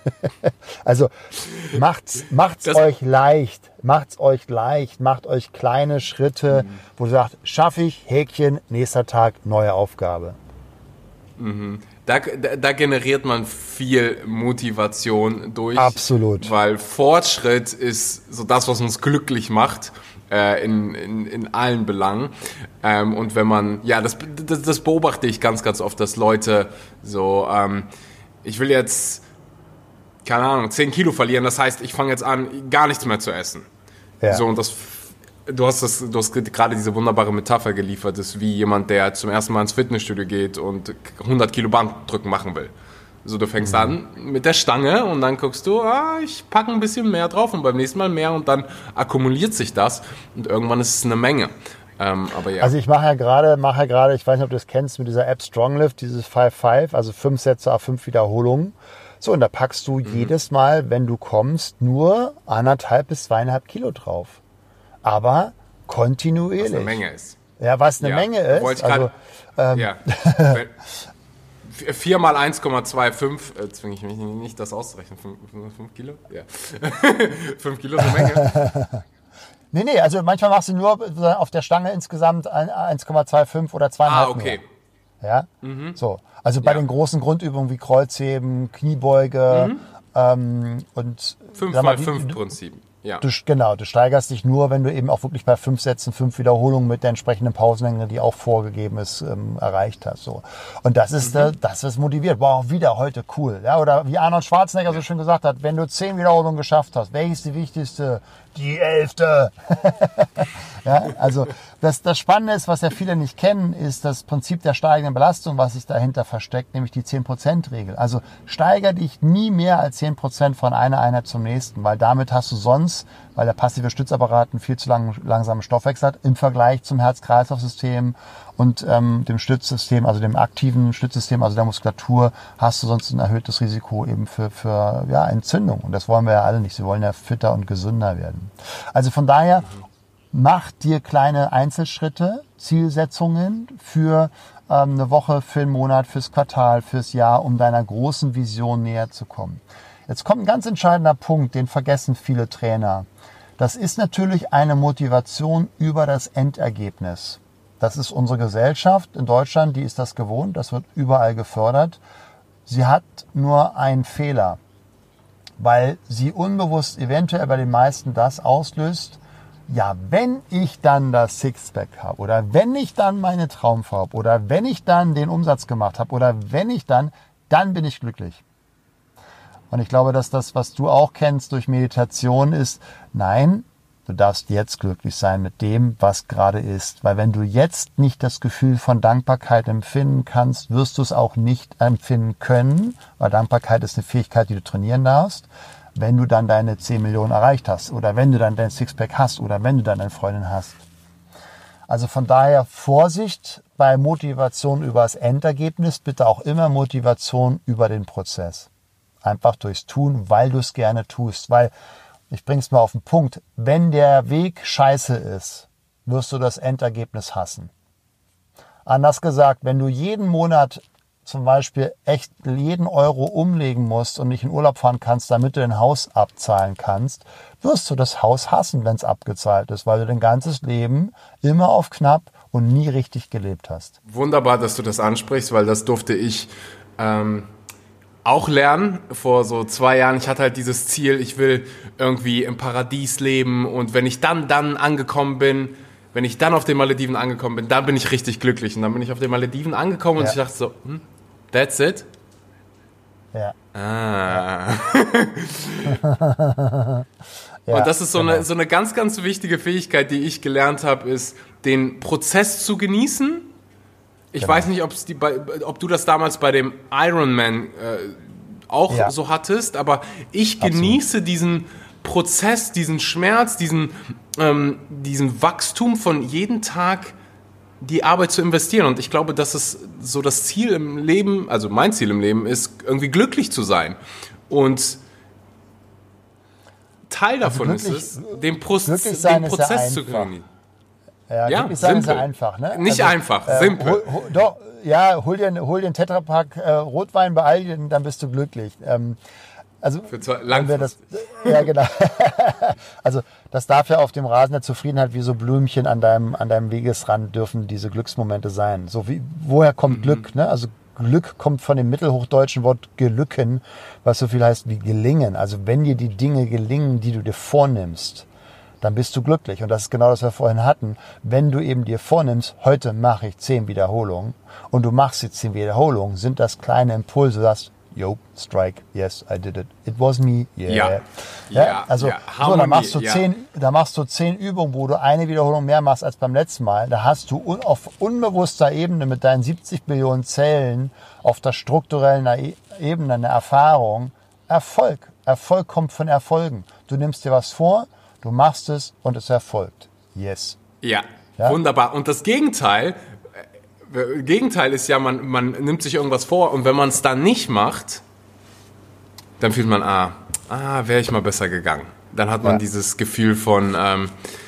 Also macht's, macht's euch leicht, macht's euch leicht, macht euch kleine Schritte, mhm. wo du sagst, schaffe ich, Häkchen, nächster Tag, neue Aufgabe. Mhm. da, da, da generiert man viel Motivation durch. Absolut. Weil Fortschritt ist so das, was uns glücklich macht. In, in, in allen Belangen. Ähm, und wenn man, ja, das, das, das beobachte ich ganz, ganz oft, dass Leute so, ähm, ich will jetzt, keine Ahnung, zehn Kilo verlieren, das heißt, ich fange jetzt an, gar nichts mehr zu essen. Ja. So, und das, du hast das, du hast gerade diese wunderbare Metapher geliefert, das ist wie jemand, der zum ersten Mal ins Fitnessstudio geht und hundert Kilo Bankdrücken machen will. So, du fängst mhm. an mit der Stange und dann guckst du, ah, ich packe ein bisschen mehr drauf und beim nächsten Mal mehr und dann akkumuliert sich das und irgendwann ist es eine Menge. Ähm, aber ja. Also ich mache ja gerade, mache ja gerade, ich weiß nicht, ob du das kennst, mit dieser App Stronglift, dieses fünf fünf, also fünf Sätze auf fünf Wiederholungen. So, und da packst du mhm. jedes Mal, wenn du kommst, nur anderthalb bis zweieinhalb Kilo drauf. Aber kontinuierlich. Was eine Menge ist. Ja, was eine ja. Menge ist. Wollte ich also, ähm, ja. vier mal eins Komma fünfundzwanzig, äh, zwinge ich mich nicht, das auszurechnen. fünf Kilo? Ja. fünf Kilo ist eine Menge. nee, nee, also manchmal machst du nur auf der Stange insgesamt eins Komma fünfundzwanzig oder zweieinhalb. Ah, okay. Mehr. Ja, mhm. so. Also bei ja. den großen Grundübungen wie Kreuzheben, Kniebeuge mhm. ähm, und fünf mal fünf Prinzip. Ja. Du, genau, du steigerst dich nur, wenn du eben auch wirklich bei fünf Sätzen, fünf Wiederholungen mit der entsprechenden Pausenlänge, die auch vorgegeben ist, ähm, erreicht hast. So. Und das ist, mhm. äh, das ist motiviert. Wow, wieder heute cool. Ja, oder wie Arnold Schwarzenegger so schön gesagt hat, wenn du zehn Wiederholungen geschafft hast, welche ist die wichtigste? Die elfte. Ja, also das, das Spannende ist, was ja viele nicht kennen, ist das Prinzip der steigenden Belastung, was sich dahinter versteckt, nämlich die zehn Prozent Regel. Also steiger dich nie mehr als zehn Prozent von einer Einheit zum nächsten, weil damit hast du sonst, weil der passive Stützapparat einen viel zu lang, langsamen Stoffwechsel hat, im Vergleich zum Herz-Kreislauf-System und ähm, dem Stützsystem, also dem aktiven Stützsystem, also der Muskulatur, hast du sonst ein erhöhtes Risiko eben für, für ja, Entzündung. Und das wollen wir ja alle nicht. Wir wollen ja fitter und gesünder werden. Also von daher, mach dir kleine Einzelschritte, Zielsetzungen für ähm, eine Woche, für einen Monat, fürs Quartal, fürs Jahr, um deiner großen Vision näher zu kommen. Jetzt kommt ein ganz entscheidender Punkt, den vergessen viele Trainer. Das ist natürlich eine Motivation über das Endergebnis. Das ist unsere Gesellschaft in Deutschland, die ist das gewohnt, das wird überall gefördert. Sie hat nur einen Fehler, weil sie unbewusst eventuell bei den meisten das auslöst, ja, wenn ich dann das Sixpack habe oder wenn ich dann meine Traumfrau habe oder wenn ich dann den Umsatz gemacht habe oder wenn ich dann, dann bin ich glücklich. Und ich glaube, dass das, was du auch kennst durch Meditation ist, nein, du darfst jetzt glücklich sein mit dem, was gerade ist. Weil wenn du jetzt nicht das Gefühl von Dankbarkeit empfinden kannst, wirst du es auch nicht empfinden können, weil Dankbarkeit ist eine Fähigkeit, die du trainieren darfst, wenn du dann deine zehn Millionen erreicht hast oder wenn du dann dein Sixpack hast oder wenn du dann eine Freundin hast. Also von daher Vorsicht bei Motivation über das Endergebnis, bitte auch immer Motivation über den Prozess. Einfach durchs Tun, weil du es gerne tust. Weil, ich bring's mal auf den Punkt, wenn der Weg scheiße ist, wirst du das Endergebnis hassen. Anders gesagt, wenn du jeden Monat zum Beispiel echt jeden Euro umlegen musst und nicht in Urlaub fahren kannst, damit du dein Haus abzahlen kannst, wirst du das Haus hassen, wenn es abgezahlt ist, weil du dein ganzes Leben immer auf knapp und nie richtig gelebt hast. Wunderbar, dass du das ansprichst, weil das durfte ich ähm, auch lernen vor so zwei Jahren. Ich hatte halt dieses Ziel, ich will irgendwie im Paradies leben und wenn ich dann, dann angekommen bin, wenn ich dann auf den Malediven angekommen bin, dann bin ich richtig glücklich. Und dann bin ich auf den Malediven angekommen und ja. ich dachte so, hm, that's it? Ja. Ah. ja, und das ist so, genau. eine, so eine ganz, ganz wichtige Fähigkeit, die ich gelernt habe, ist, den Prozess zu genießen. Ich genau. weiß nicht, ob's die bei, ob du das damals bei dem Ironman äh, auch ja. so hattest, aber ich genieße Absolut. diesen Prozess, diesen Schmerz, diesen, ähm, diesen Wachstum von jeden Tag die Arbeit zu investieren. Und ich glaube, dass es so das Ziel im Leben, also mein Ziel im Leben ist, irgendwie glücklich zu sein. Und Teil davon also glücklich, ist es, den, Pro- den Prozess zu genießen. Ja, ja, glücklich sein ist ja einfach. Ne? Nicht also, einfach, äh, simpel. Hol, hol, doch, ja, hol dir, hol dir einen Tetrapack äh, Rotwein bei Aldi, dann bist du glücklich. Ähm, Also, Für zwei, langfristig. Das, ja, genau. Also, das darf ja auf dem Rasen der Zufriedenheit wie so Blümchen an deinem, an deinem Wegesrand dürfen diese Glücksmomente sein. So wie, woher kommt mhm. Glück, ne? Also, Glück kommt von dem mittelhochdeutschen Wort gelücken, was so viel heißt wie gelingen. Also wenn dir die Dinge gelingen, die du dir vornimmst, dann bist du glücklich. Und das ist genau das, was wir vorhin hatten. Wenn du eben dir vornimmst, heute mache ich zehn Wiederholungen und du machst die zehn Wiederholungen, sind das kleine Impulse, du sagst, yo, strike, yes, I did it. It was me, yeah. Ja, ja, ja also ja. so, da machst du ja. zehn, da machst du zehn Übungen, wo du eine Wiederholung mehr machst als beim letzten Mal. Da hast du un, auf unbewusster Ebene mit deinen siebzig Billionen Zellen auf der strukturellen Ebene eine Erfahrung. Erfolg. Erfolg kommt von Erfolgen. Du nimmst dir was vor, du machst es und es erfolgt. Yes. Ja, ja? Wunderbar. Und das Gegenteil, äh, Gegenteil ist ja, man, man nimmt sich irgendwas vor und wenn man es dann nicht macht, dann fühlt man, ah, ah, wäre ich mal besser gegangen. Dann hat man ja. dieses Gefühl von, ähm,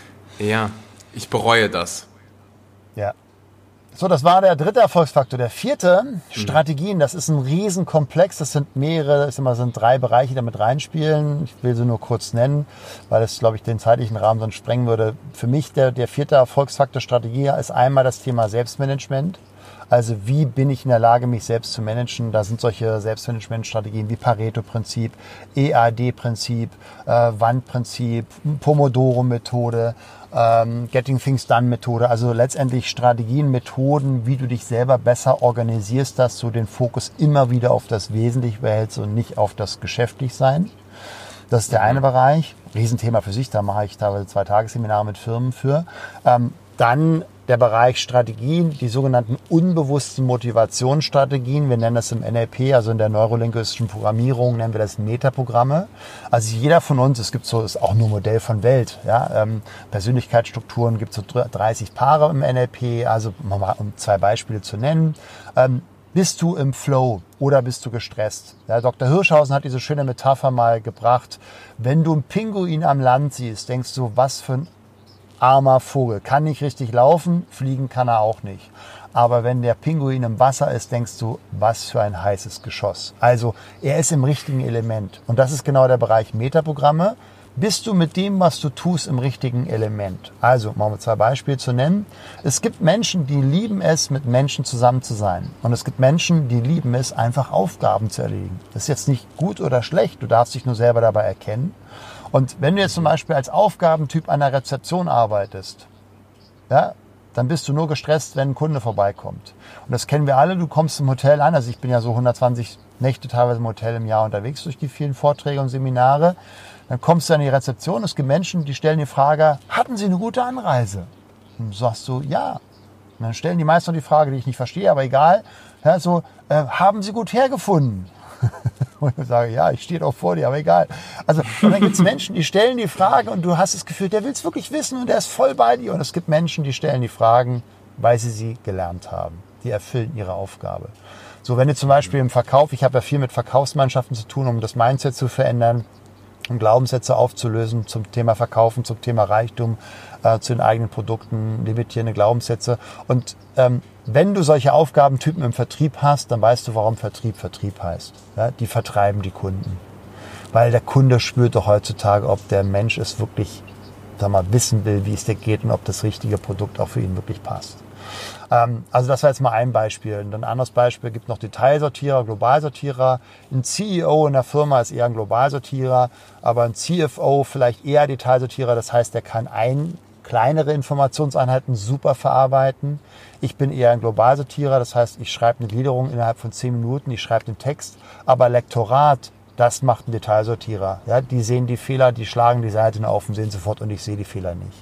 ja, ich bereue das. Ja. So, das war der dritte Erfolgsfaktor. Der vierte, mhm. Strategien, das ist ein Riesenkomplex. Das sind mehrere, ich sag mal, sind drei Bereiche, die damit reinspielen. Ich will sie nur kurz nennen, weil es, glaube ich, den zeitlichen Rahmen sonst sprengen würde. Für mich der, der vierte Erfolgsfaktor Strategie ist einmal das Thema Selbstmanagement. Also wie bin ich in der Lage, mich selbst zu managen? Da sind solche Selbstmanagementstrategien wie Pareto-Prinzip, E A D-Prinzip, äh, Wandprinzip, Pomodoro-Methode, ähm, Getting Things Done-Methode. Also letztendlich Strategien, Methoden, wie du dich selber besser organisierst, dass du den Fokus immer wieder auf das Wesentliche behältst und nicht auf das Geschäftlichsein. Das ist der eine Bereich. Riesenthema für sich, da mache ich teilweise zwei Tagesseminare mit Firmen für. Ähm, dann der Bereich Strategien, die sogenannten unbewussten Motivationsstrategien. Wir nennen das im N L P, also in der neurolinguistischen Programmierung, nennen wir das Metaprogramme. Also jeder von uns, es gibt so, ist auch nur Modell von Welt. Ja, ähm, Persönlichkeitsstrukturen gibt es so dreißig Paare im N L P, also um zwei Beispiele zu nennen. Ähm, bist du im Flow oder bist du gestresst? Ja, Doktor Hirschhausen hat diese schöne Metapher mal gebracht. Wenn du einen Pinguin am Land siehst, denkst du, was für ein armer Vogel. Kann nicht richtig laufen, fliegen kann er auch nicht. Aber wenn der Pinguin im Wasser ist, denkst du, was für ein heißes Geschoss. Also er ist im richtigen Element. Und das ist genau der Bereich Metaprogramme. Bist du mit dem, was du tust, im richtigen Element? Also, mal um zwei Beispiele zu nennen. Es gibt Menschen, die lieben es, mit Menschen zusammen zu sein. Und es gibt Menschen, die lieben es, einfach Aufgaben zu erledigen. Das ist jetzt nicht gut oder schlecht. Du darfst dich nur selber dabei erkennen. Und wenn du jetzt zum Beispiel als Aufgabentyp an der Rezeption arbeitest, ja, dann bist du nur gestresst, wenn ein Kunde vorbeikommt. Und das kennen wir alle, du kommst im Hotel an, also ich bin ja so hundertzwanzig Nächte teilweise im Hotel im Jahr unterwegs durch die vielen Vorträge und Seminare, dann kommst du an die Rezeption, es gibt Menschen, die stellen die Frage, hatten Sie eine gute Anreise? Und du sagst so, ja. Und dann stellen die meisten noch die Frage, die ich nicht verstehe, aber egal, ja, so, äh, haben Sie gut hergefunden? Und ich sage, ja, ich stehe doch vor dir, aber egal. Also, und dann gibt es Menschen, die stellen die Frage und du hast das Gefühl, der will es wirklich wissen und der ist voll bei dir. Und es gibt Menschen, die stellen die Fragen, weil sie sie gelernt haben. Die erfüllen ihre Aufgabe. So, wenn du zum Beispiel im Verkauf, ich habe ja viel mit Verkaufsmannschaften zu tun, um das Mindset zu verändern, um Glaubenssätze aufzulösen zum Thema Verkaufen, zum Thema Reichtum, äh, zu den eigenen Produkten, limitierende Glaubenssätze. Und ähm, wenn du solche Aufgabentypen im Vertrieb hast, dann weißt du, warum Vertrieb Vertrieb heißt. Ja, die vertreiben die Kunden. Weil der Kunde spürt doch heutzutage, ob der Mensch es wirklich, sag mal, wissen will, wie es dir geht und ob das richtige Produkt auch für ihn wirklich passt. Ähm, also das war jetzt mal ein Beispiel. Und ein anderes Beispiel gibt noch Detailsortierer, Globalsortierer. Ein C E O in der Firma ist eher ein Globalsortierer, aber ein C F O vielleicht eher Detailsortierer. Das heißt, der kann ein kleinere Informationseinheiten super verarbeiten. Ich bin eher ein Globalsortierer, das heißt, ich schreibe eine Gliederung innerhalb von zehn Minuten, ich schreibe den Text, aber Lektorat, das macht ein Detailsortierer. Ja, die sehen die Fehler, die schlagen die Seiten auf und sehen sofort und ich sehe die Fehler nicht.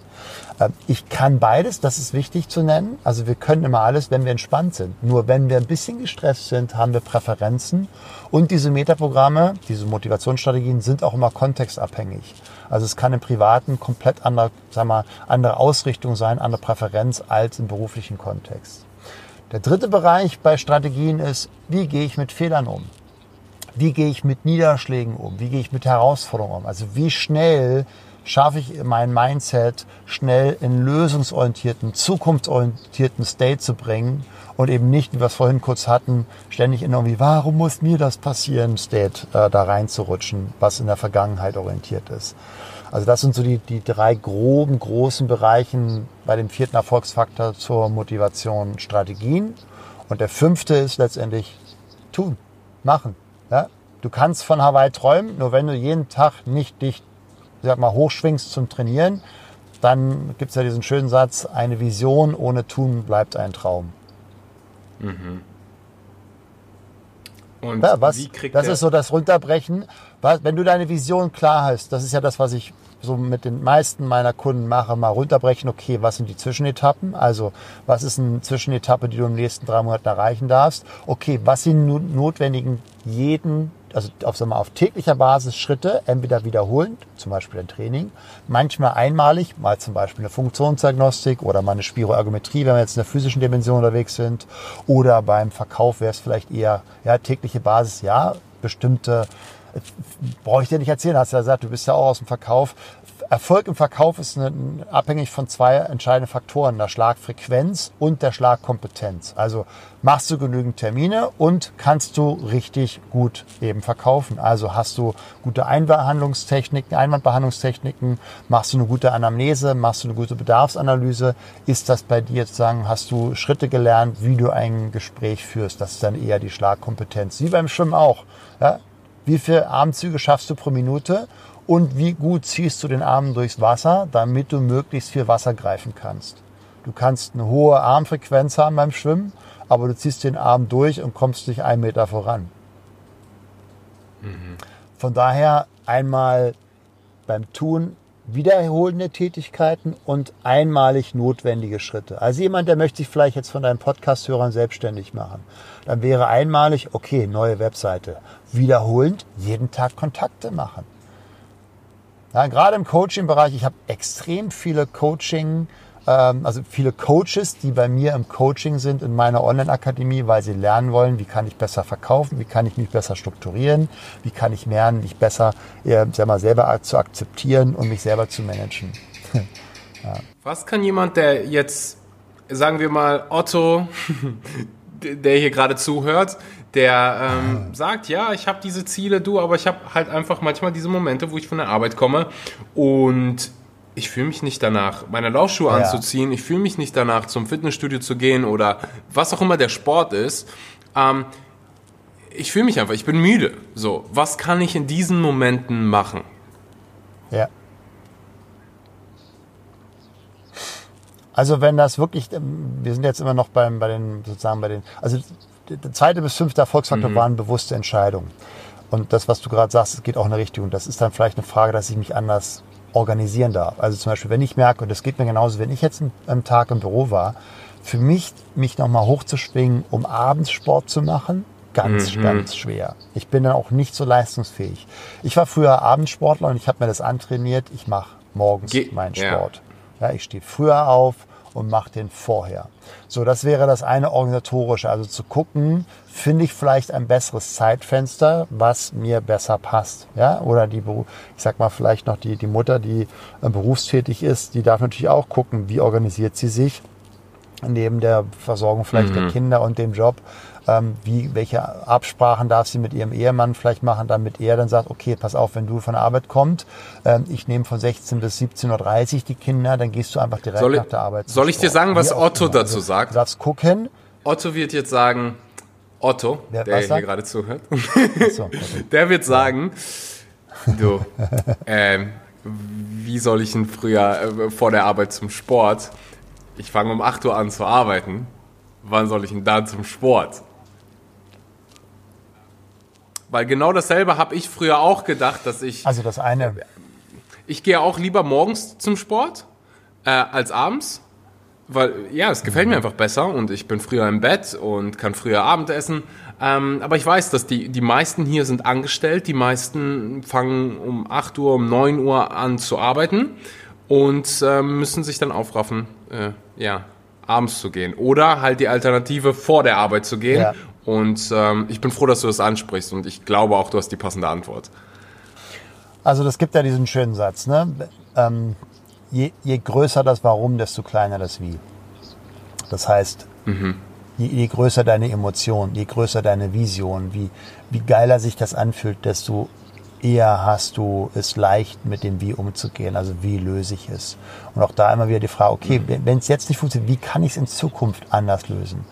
Ich kann beides, das ist wichtig zu nennen. Also wir können immer alles, wenn wir entspannt sind. Nur wenn wir ein bisschen gestresst sind, haben wir Präferenzen. Und diese Metaprogramme, diese Motivationsstrategien sind auch immer kontextabhängig. Also es kann im Privaten komplett andere, sagen wir, andere Ausrichtung sein, andere Präferenz als im beruflichen Kontext. Der dritte Bereich bei Strategien ist, wie gehe ich mit Fehlern um? Wie gehe ich mit Niederschlägen um? Wie gehe ich mit Herausforderungen um? Also wie schnell schaffe ich mein Mindset schnell in lösungsorientierten, zukunftsorientierten State zu bringen und eben nicht, wie wir es vorhin kurz hatten, ständig in irgendwie, warum muss mir das passieren, State äh, da reinzurutschen, was in der Vergangenheit orientiert ist. Also das sind so die, die drei groben, großen Bereichen bei dem vierten Erfolgsfaktor zur Motivation, Strategien. Und der fünfte ist letztendlich tun, machen. Ja? Du kannst von Hawaii träumen, nur wenn du jeden Tag nicht dich, sag mal, hochschwingst zum Trainieren, dann gibt es ja diesen schönen Satz, eine Vision ohne Tun bleibt ein Traum. Mhm. Und ja, was, wie kriegt das der... ist so das Runterbrechen. Was, wenn du deine Vision klar hast, das ist ja das, was ich so mit den meisten meiner Kunden mache, mal runterbrechen, okay, was sind die Zwischenetappen? Also, was ist eine Zwischenetappe, die du in den nächsten drei Monaten erreichen darfst? Okay, was sind notwendigen jeden, also auf, sagen wir mal, auf täglicher Basis Schritte, entweder wiederholend, zum Beispiel ein Training, manchmal einmalig, mal zum Beispiel eine Funktionsdiagnostik oder mal eine Spiroergometrie, wenn wir jetzt in der physischen Dimension unterwegs sind, oder beim Verkauf wäre es vielleicht eher, ja, tägliche Basis, ja, bestimmte, brauche ich dir nicht erzählen, hast du ja gesagt, du bist ja auch aus dem Verkauf. Erfolg im Verkauf ist eine, abhängig von zwei entscheidenden Faktoren, der Schlagfrequenz und der Schlagkompetenz. Also machst du genügend Termine und kannst du richtig gut eben verkaufen. Also hast du gute Einbehandlungstechniken, Einwandbehandlungstechniken, machst du eine gute Anamnese, machst du eine gute Bedarfsanalyse, ist das bei dir sozusagen, hast du Schritte gelernt, wie du ein Gespräch führst. Das ist dann eher die Schlagkompetenz. Wie beim Schwimmen auch. Ja? Wie viele Armzüge schaffst du pro Minute und wie gut ziehst du den Arm durchs Wasser, damit du möglichst viel Wasser greifen kannst. Du kannst eine hohe Armfrequenz haben beim Schwimmen, aber du ziehst den Arm durch und kommst nicht einen Meter voran. Mhm. Von daher einmal beim Tun wiederholende Tätigkeiten und einmalig notwendige Schritte. Also jemand, der möchte sich vielleicht jetzt von deinen Podcast-Hörern selbstständig machen, dann wäre einmalig, okay, neue Webseite. Wiederholend jeden Tag Kontakte machen. Ja, gerade im Coaching-Bereich, ich habe extrem viele Coaching, ähm, also viele Coaches, die bei mir im Coaching sind in meiner Online-Akademie, weil sie lernen wollen, wie kann ich besser verkaufen, wie kann ich mich besser strukturieren, wie kann ich lernen, mich besser äh, sag mal, selber zu akzeptieren und mich selber zu managen. Ja. Was kann jemand, der jetzt, sagen wir mal, Otto, der hier gerade zuhört, der ähm, sagt, ja, ich habe diese Ziele, du, aber ich habe halt einfach manchmal diese Momente, wo ich von der Arbeit komme und ich fühle mich nicht danach, meine Laufschuhe ja. anzuziehen, ich fühle mich nicht danach, zum Fitnessstudio zu gehen oder was auch immer der Sport ist. Ähm, ich fühle mich einfach, ich bin müde. So, was kann ich in diesen Momenten machen? Ja. Also wenn das wirklich, wir sind jetzt immer noch beim, bei den, sozusagen bei den, also der zweite bis fünfte Erfolgsfaktor mhm. waren bewusste Entscheidungen. Und das, was du gerade sagst, es geht auch in eine Richtung. Das ist dann vielleicht eine Frage, dass ich mich anders organisieren darf. Also zum Beispiel, wenn ich merke, und das geht mir genauso, wenn ich jetzt am Tag im Büro war, für mich, mich nochmal hochzuschwingen, um abends Sport zu machen, ganz, mhm. ganz schwer. Ich bin dann auch nicht so leistungsfähig. Ich war früher Abendsportler und ich habe mir das antrainiert. Ich mache morgens Ge- meinen Sport. Ja. Ja, ich stehe früher auf und mache den vorher. So, das wäre das eine organisatorische. Also zu gucken, finde ich vielleicht ein besseres Zeitfenster, was mir besser passt. Ja, oder die, ich sag mal vielleicht noch die, die Mutter, die äh, berufstätig ist, die darf natürlich auch gucken, wie organisiert sie sich neben der Versorgung vielleicht mhm. der Kinder und dem Job. Ähm, wie, welche Absprachen darf sie mit ihrem Ehemann vielleicht machen, damit er dann sagt, okay, pass auf, wenn du von der Arbeit kommst, ähm, ich nehme von sechzehn bis siebzehn Uhr dreißig die Kinder, dann gehst du einfach direkt soll nach der Arbeit. Soll ich dir sagen, was Otto dazu sagt? Du darfst gucken. Otto wird jetzt sagen, Otto, der, der hier gerade zuhört, so, okay. der wird sagen, du, ähm, wie soll ich denn früher äh, vor der Arbeit zum Sport? Ich fange um acht Uhr an zu arbeiten. Wann soll ich denn da zum Sport? Weil genau dasselbe habe ich früher auch gedacht, dass ich... Also das eine... Ich gehe auch lieber morgens zum Sport äh, als abends, weil ja, es gefällt mir einfach besser und ich bin früher im Bett und kann früher Abendessen. Ähm, aber ich weiß, dass die, die meisten hier sind angestellt, die meisten fangen um acht Uhr, um neun Uhr an zu arbeiten und äh, müssen sich dann aufraffen, äh, ja, abends zu gehen. Oder halt die Alternative, vor der Arbeit zu gehen. Ja. Und ähm, ich bin froh, dass du das ansprichst und ich glaube auch, du hast die passende Antwort. Also das gibt ja diesen schönen Satz, ne? Ähm, je, je größer das Warum, desto kleiner das Wie. Das heißt, mhm. je, je größer deine Emotion, je größer deine Vision, wie, wie geiler sich das anfühlt, desto eher hast du es leicht, mit dem Wie umzugehen, also wie löse ich es. Und auch da immer wieder die Frage, okay, mhm. wenn es jetzt nicht funktioniert, wie kann ich es in Zukunft anders lösen?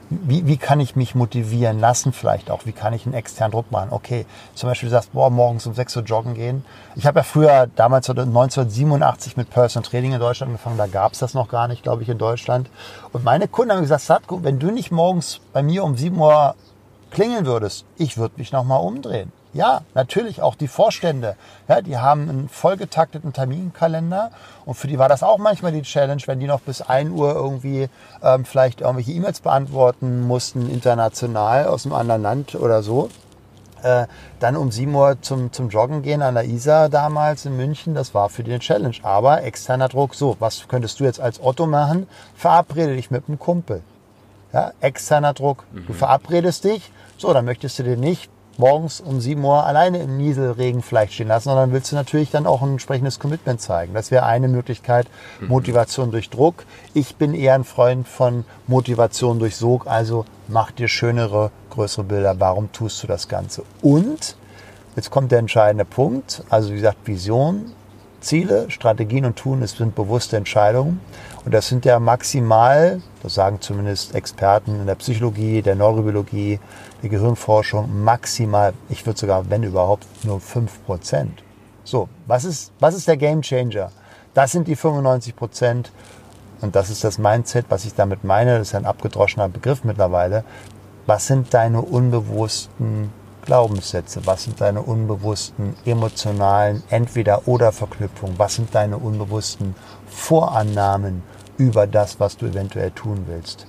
Wie, wie kann ich mich motivieren lassen vielleicht auch? Wie kann ich einen externen Druck machen? Okay, zum Beispiel du sagst, boah, morgens um sechs Uhr joggen gehen. Ich habe ja früher, damals neunzehnhundertsiebenundachtzig mit Personal Training in Deutschland angefangen. Da gab es das noch gar nicht, glaube ich, in Deutschland. Und meine Kunden haben gesagt, Sadhguru, wenn du nicht morgens bei mir um sieben Uhr klingeln würdest, ich würde mich nochmal umdrehen. Ja, natürlich auch die Vorstände. Ja, die haben einen vollgetakteten Terminkalender und für die war das auch manchmal die Challenge, wenn die noch bis ein Uhr irgendwie ähm, vielleicht irgendwelche E-Mails beantworten mussten, international aus einem anderen Land oder so. Äh, dann um sieben Uhr zum, zum Joggen gehen an der Isar damals in München, das war für die eine Challenge. Aber externer Druck, so, was könntest du jetzt als Otto machen? Verabrede dich mit einem Kumpel. Ja, externer Druck, mhm. Du verabredest dich, so, dann möchtest du dir nicht morgens um sieben Uhr alleine im Nieselregen vielleicht stehen lassen, sondern willst du natürlich dann auch ein entsprechendes Commitment zeigen. Das wäre eine Möglichkeit, Motivation durch Druck. Ich bin eher ein Freund von Motivation durch Sog, also mach dir schönere, größere Bilder. Warum tust du das Ganze? Und, jetzt kommt der entscheidende Punkt, also wie gesagt, Vision, Ziele, Strategien und Tun, es sind bewusste Entscheidungen. Und das sind ja maximal, das sagen zumindest Experten in der Psychologie, der Neurobiologie, der Gehirnforschung, maximal, ich würde sogar, wenn überhaupt, nur fünf Prozent. So, was ist, was ist der Game Changer? Das sind die fünfundneunzig Prozent und das ist das Mindset, was ich damit meine. Das ist ein abgedroschener Begriff mittlerweile. Was sind deine unbewussten Glaubenssätze? Was sind deine unbewussten emotionalen Entweder-oder-Verknüpfungen? Was sind deine unbewussten Vorannahmen über das, was du eventuell tun willst?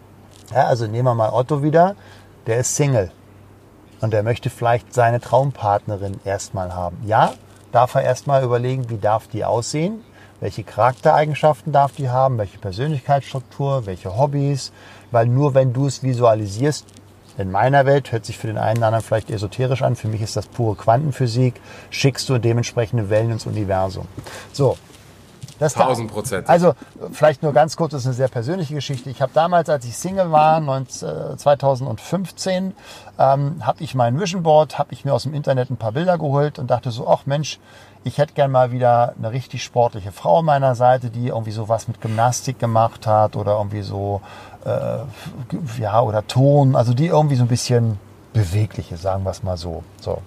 Ja, also nehmen wir mal Otto wieder. Der ist Single und der möchte vielleicht seine Traumpartnerin erstmal haben. Ja, darf er erstmal überlegen, wie darf die aussehen? Welche Charaktereigenschaften darf die haben? Welche Persönlichkeitsstruktur? Welche Hobbys? Weil nur wenn du es visualisierst, in meiner Welt, hört sich für den einen oder anderen vielleicht esoterisch an, für mich ist das pure Quantenphysik, schickst du dementsprechende Wellen ins Universum. So. Tausend Prozent. Also vielleicht nur ganz kurz, das ist eine sehr persönliche Geschichte. Ich habe damals, als ich Single war, zweitausendfünfzehn, ähm, habe ich mein Vision Board, habe ich mir aus dem Internet ein paar Bilder geholt und dachte so, ach Mensch, ich hätte gern mal wieder eine richtig sportliche Frau an meiner Seite, die irgendwie so was mit Gymnastik gemacht hat oder irgendwie so, äh, ja, oder Ton, also die irgendwie so ein bisschen bewegliche, sagen wir es mal so. so.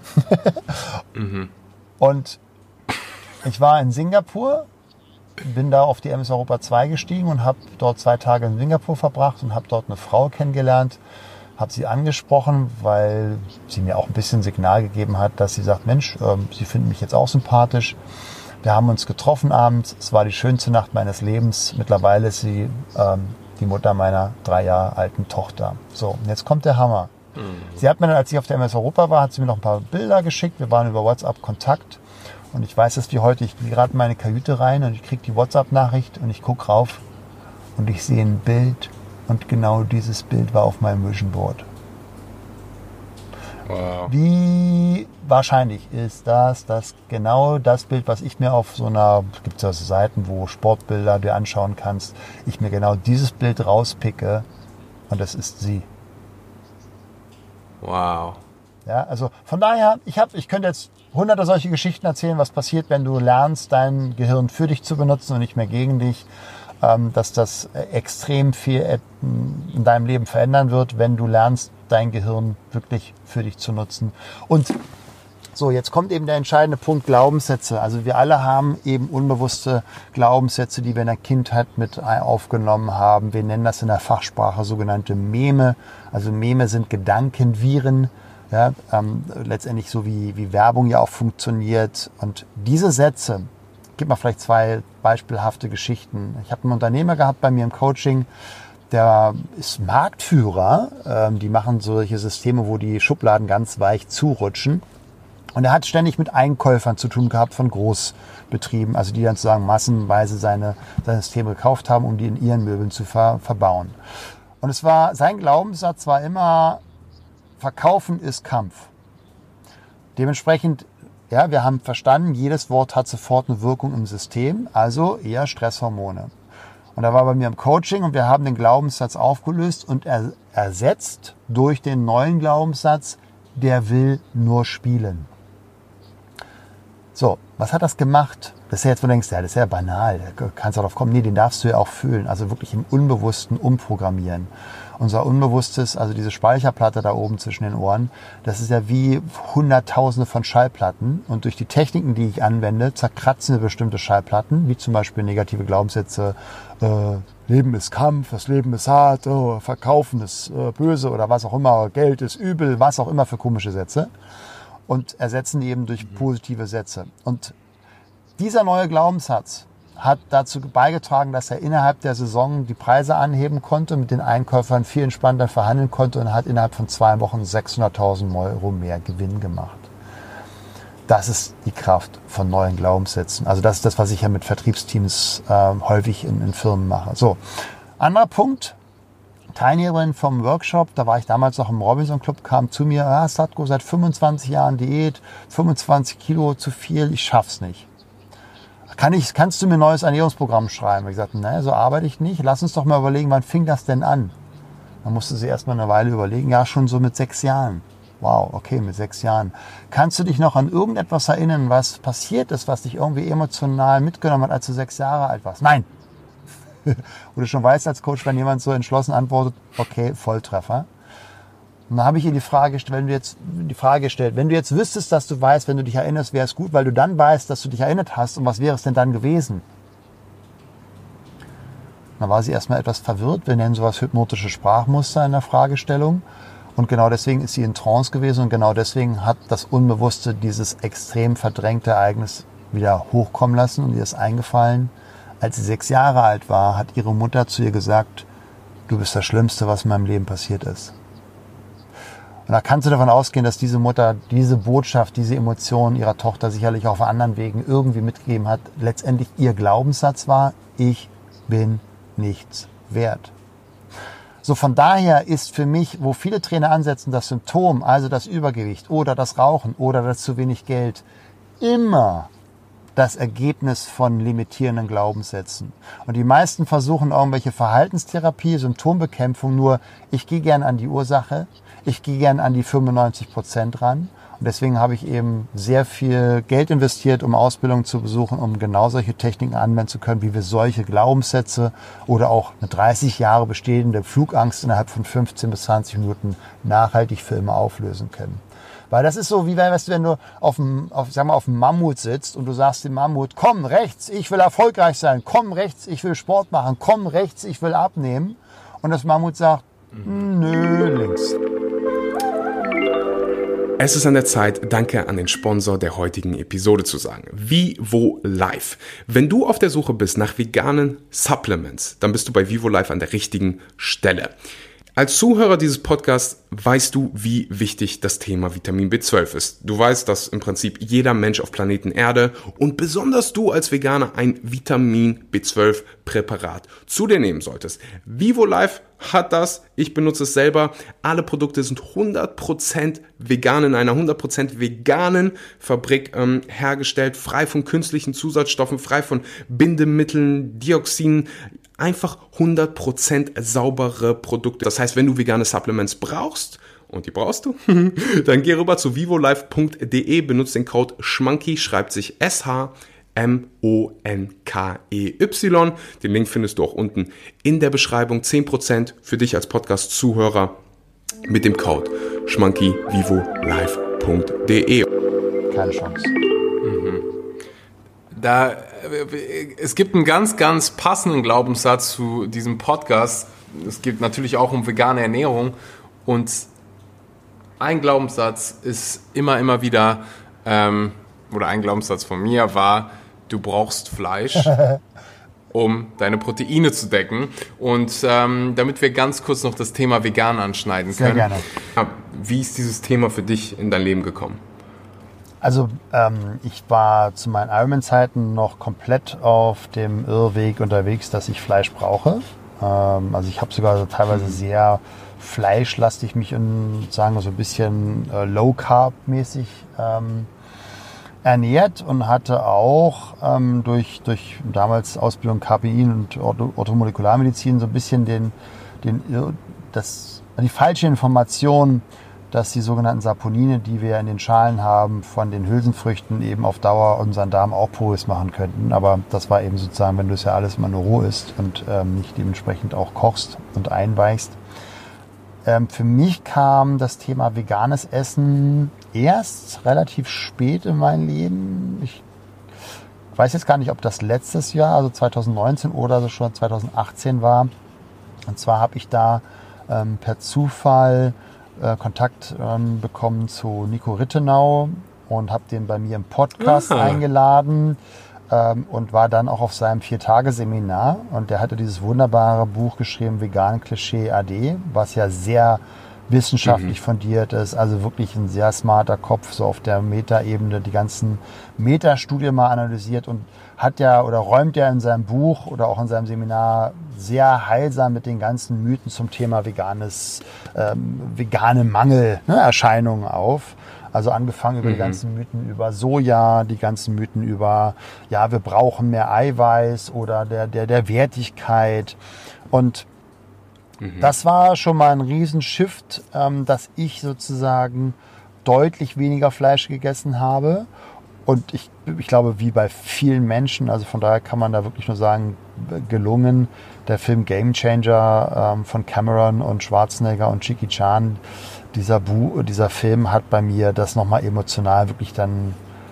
mhm. Und ich war in Singapur, bin da auf die M S Europa zwei gestiegen und habe dort zwei Tage in Singapur verbracht und habe dort eine Frau kennengelernt, habe sie angesprochen, weil sie mir auch ein bisschen Signal gegeben hat, dass sie sagt, Mensch, ähm, sie finden mich jetzt auch sympathisch. Wir haben uns getroffen abends, es war die schönste Nacht meines Lebens. Mittlerweile ist sie ähm, die Mutter meiner drei Jahre alten Tochter. So, und jetzt kommt der Hammer. Mhm. Sie hat mir dann, als ich auf der M S Europa war, hat sie mir noch ein paar Bilder geschickt. Wir waren über WhatsApp Kontakt. Und ich weiß es wie heute, ich gehe gerade in meine Kajüte rein und ich kriege die WhatsApp-Nachricht und ich gucke rauf und ich sehe ein Bild und genau dieses Bild war auf meinem Vision Board. Wow. Wie wahrscheinlich ist das, dass genau das Bild, was ich mir auf so einer, es gibt ja so Seiten, wo Sportbilder dir anschauen kannst, ich mir genau dieses Bild rauspicke und das ist sie. Wow. Ja, also von daher, ich habe, ich könnte jetzt hunderte solche Geschichten erzählen, was passiert, wenn du lernst, dein Gehirn für dich zu benutzen und nicht mehr gegen dich, ähm, dass das extrem viel in deinem Leben verändern wird, wenn du lernst, dein Gehirn wirklich für dich zu nutzen. Und so, jetzt kommt eben der entscheidende Punkt, Glaubenssätze. Also wir alle haben eben unbewusste Glaubenssätze, die wir in der Kindheit mit aufgenommen haben. Wir nennen das in der Fachsprache sogenannte Meme. Also Meme sind Gedankenviren. Ja, ähm, letztendlich so wie, wie Werbung ja auch funktioniert. Und diese Sätze, ich gebe mal vielleicht zwei beispielhafte Geschichten. Ich habe einen Unternehmer gehabt bei mir im Coaching, der ist Marktführer. Ähm, die machen solche Systeme, wo die Schubladen ganz weich zurutschen. Und er hat ständig mit Einkäufern zu tun gehabt von Großbetrieben, also die dann sozusagen massenweise seine, seine Systeme gekauft haben, um die in ihren Möbeln zu ver, verbauen. Und es war, sein Glaubenssatz war immer, Verkaufen ist Kampf. Dementsprechend, ja, wir haben verstanden, jedes Wort hat sofort eine Wirkung im System, also eher Stresshormone. Und er war bei mir im Coaching und wir haben den Glaubenssatz aufgelöst und er, ersetzt durch den neuen Glaubenssatz, der will nur spielen. So, was hat das gemacht? Das ist ja jetzt, wo du denkst, ja, das ist ja banal, da kannst du drauf kommen. Nee, den darfst du ja auch fühlen, also wirklich im Unbewussten umprogrammieren. Unser Unbewusstes, also diese Speicherplatte da oben zwischen den Ohren, das ist ja wie Hunderttausende von Schallplatten. Und durch die Techniken, die ich anwende, zerkratzen wir bestimmte Schallplatten, wie zum Beispiel negative Glaubenssätze, äh, Leben ist Kampf, das Leben ist hart, oh, Verkaufen ist äh, böse oder was auch immer, Geld ist übel, was auch immer für komische Sätze. Und ersetzen die eben durch positive Sätze. Und dieser neue Glaubenssatz hat dazu beigetragen, dass er innerhalb der Saison die Preise anheben konnte, mit den Einkäufern viel entspannter verhandeln konnte und hat innerhalb von zwei Wochen sechshunderttausend Euro mehr Gewinn gemacht. Das ist die Kraft von neuen Glaubenssätzen. Also das ist das, was ich ja mit Vertriebsteams äh, häufig in, in Firmen mache. So, anderer Punkt. Teilnehmerin vom Workshop, da war ich damals noch im Robinson Club, kam zu mir, ah, Slatko, seit fünfundzwanzig Jahren Diät, fünfundzwanzig Kilo zu viel, ich schaff's nicht. Kann ich, kannst du mir ein neues Ernährungsprogramm schreiben? Ich sagte, naja, so arbeite ich nicht. Lass uns doch mal überlegen, wann fing das denn an? Dann musste sie erst mal eine Weile überlegen. Ja, schon so mit sechs Jahren. Wow, okay, mit sechs Jahren. Kannst du dich noch an irgendetwas erinnern, was passiert ist, was dich irgendwie emotional mitgenommen hat, als du sechs Jahre alt warst? Nein. Wo du schon weißt als Coach, wenn jemand so entschlossen antwortet, okay, Volltreffer. Und dann habe ich ihr die Frage gestellt, wenn du jetzt die Frage gestellt, wenn du jetzt wüsstest, dass du weißt, wenn du dich erinnerst, wäre es gut, weil du dann weißt, dass du dich erinnert hast. Und was wäre es denn dann gewesen? Dann war sie erstmal etwas verwirrt. Wir nennen sowas hypnotische Sprachmuster in der Fragestellung. Und genau deswegen ist sie in Trance gewesen und genau deswegen hat das Unbewusste dieses extrem verdrängte Ereignis wieder hochkommen lassen und ihr ist eingefallen. Als sie sechs Jahre alt war, hat ihre Mutter zu ihr gesagt, du bist das Schlimmste, was in meinem Leben passiert ist. Und da kannst du davon ausgehen, dass diese Mutter diese Botschaft, diese Emotionen ihrer Tochter sicherlich auf anderen Wegen irgendwie mitgegeben hat. Letztendlich ihr Glaubenssatz war, ich bin nichts wert. So, von daher ist für mich, wo viele Trainer ansetzen, das Symptom, also das Übergewicht oder das Rauchen oder das zu wenig Geld, immer das Ergebnis von limitierenden Glaubenssätzen. Und die meisten versuchen irgendwelche Verhaltenstherapie, Symptombekämpfung, nur ich gehe gern an die Ursache, ich gehe gern an die fünfundneunzig Prozent ran. Und deswegen habe ich eben sehr viel Geld investiert, um Ausbildungen zu besuchen, um genau solche Techniken anwenden zu können, wie wir solche Glaubenssätze oder auch eine dreißig Jahre bestehende Flugangst innerhalb von fünfzehn bis zwanzig Minuten nachhaltig für immer auflösen können. Weil das ist so, wie weißt du, wenn du auf dem, auf, sag mal, auf dem Mammut sitzt und du sagst dem Mammut, komm rechts, ich will erfolgreich sein, komm rechts, ich will Sport machen, komm rechts, ich will abnehmen. Und das Mammut sagt, nö, links. Es ist an der Zeit, Danke an den Sponsor der heutigen Episode zu sagen. Vivo Life. Wenn du auf der Suche bist nach veganen Supplements, dann bist du bei Vivo Life an der richtigen Stelle. Als Zuhörer dieses Podcasts weißt du, wie wichtig das Thema Vitamin B zwölf ist. Du weißt, dass im Prinzip jeder Mensch auf Planeten Erde und besonders du als Veganer ein Vitamin B zwölf Präparat zu dir nehmen solltest. Vivo Life hat das, ich benutze es selber. Alle Produkte sind hundert Prozent vegan in einer hundert Prozent veganen Fabrik ähm, hergestellt, frei von künstlichen Zusatzstoffen, frei von Bindemitteln, Dioxinen. Einfach hundert Prozent saubere Produkte. Das heißt, wenn du vegane Supplements brauchst, und die brauchst du, dann geh rüber zu vivolife punkt de, benutzt den Code SCHMANKY, schreibt sich S H M O N K E Y. Den Link findest du auch unten in der Beschreibung. zehn Prozent für dich als Podcast-Zuhörer mit dem Code SCHMANKY, vivolife punkt de. Keine Chance. Mhm. Da, es gibt einen ganz, ganz passenden Glaubenssatz zu diesem Podcast. Es geht natürlich auch um vegane Ernährung. Und ein Glaubenssatz ist immer, immer wieder, ähm, oder ein Glaubenssatz von mir war, du brauchst Fleisch, um deine Proteine zu decken. Und ähm, damit wir ganz kurz noch das Thema vegan anschneiden können. Sehr gerne. Wie ist dieses Thema für dich in dein Leben gekommen? Also ähm, ich war zu meinen Ironman-Zeiten noch komplett auf dem Irrweg unterwegs, dass ich Fleisch brauche. Ähm, also ich habe sogar teilweise mhm. sehr fleischlastig mich und sagen wir so ein bisschen äh, Low-Carb-mäßig ähm, ernährt und hatte auch ähm, durch, durch damals Ausbildung K P I und Orthomolekularmedizin so ein bisschen den, den, das, die falsche Information, dass die sogenannten Saponine, die wir in den Schalen haben, von den Hülsenfrüchten eben auf Dauer unseren Darm auch porös machen könnten. Aber das war eben sozusagen, wenn du es ja alles immer nur roh isst und ähm, nicht dementsprechend auch kochst und einweichst. Ähm, für mich kam das Thema veganes Essen erst relativ spät in mein Leben. Ich weiß jetzt gar nicht, ob das letztes Jahr, also zwanzig neunzehn oder so schon zwanzig achtzehn war. Und zwar habe ich da ähm, per Zufall äh, Kontakt ähm, bekommen zu Nico Rittenau und habe den bei mir im Podcast Aha. eingeladen ähm, und war dann auch auf seinem Vier-Tage-Seminar. Und der hatte dieses wunderbare Buch geschrieben, Vegan Klischee A D, was ja sehr wissenschaftlich mhm. fundiert ist, also wirklich ein sehr smarter Kopf, so auf der Meta-Ebene die ganzen Metastudien mal analysiert und hat ja oder räumt ja in seinem Buch oder auch in seinem Seminar sehr heilsam mit den ganzen Mythen zum Thema veganes, ähm, vegane Mangelerscheinungen ne, auf. Also angefangen über mhm. die ganzen Mythen über Soja, die ganzen Mythen über, ja, wir brauchen mehr Eiweiß oder der, der, der Wertigkeit. Und mhm. das war schon mal ein Riesenshift, ähm, dass ich sozusagen deutlich weniger Fleisch gegessen habe. Und ich, ich glaube, wie bei vielen Menschen, also von daher kann man da wirklich nur sagen, gelungen. Der Film Game Changer ähm, von Cameron und Schwarzenegger und Jackie Chan, dieser, Bu- dieser Film hat bei mir das nochmal emotional wirklich dann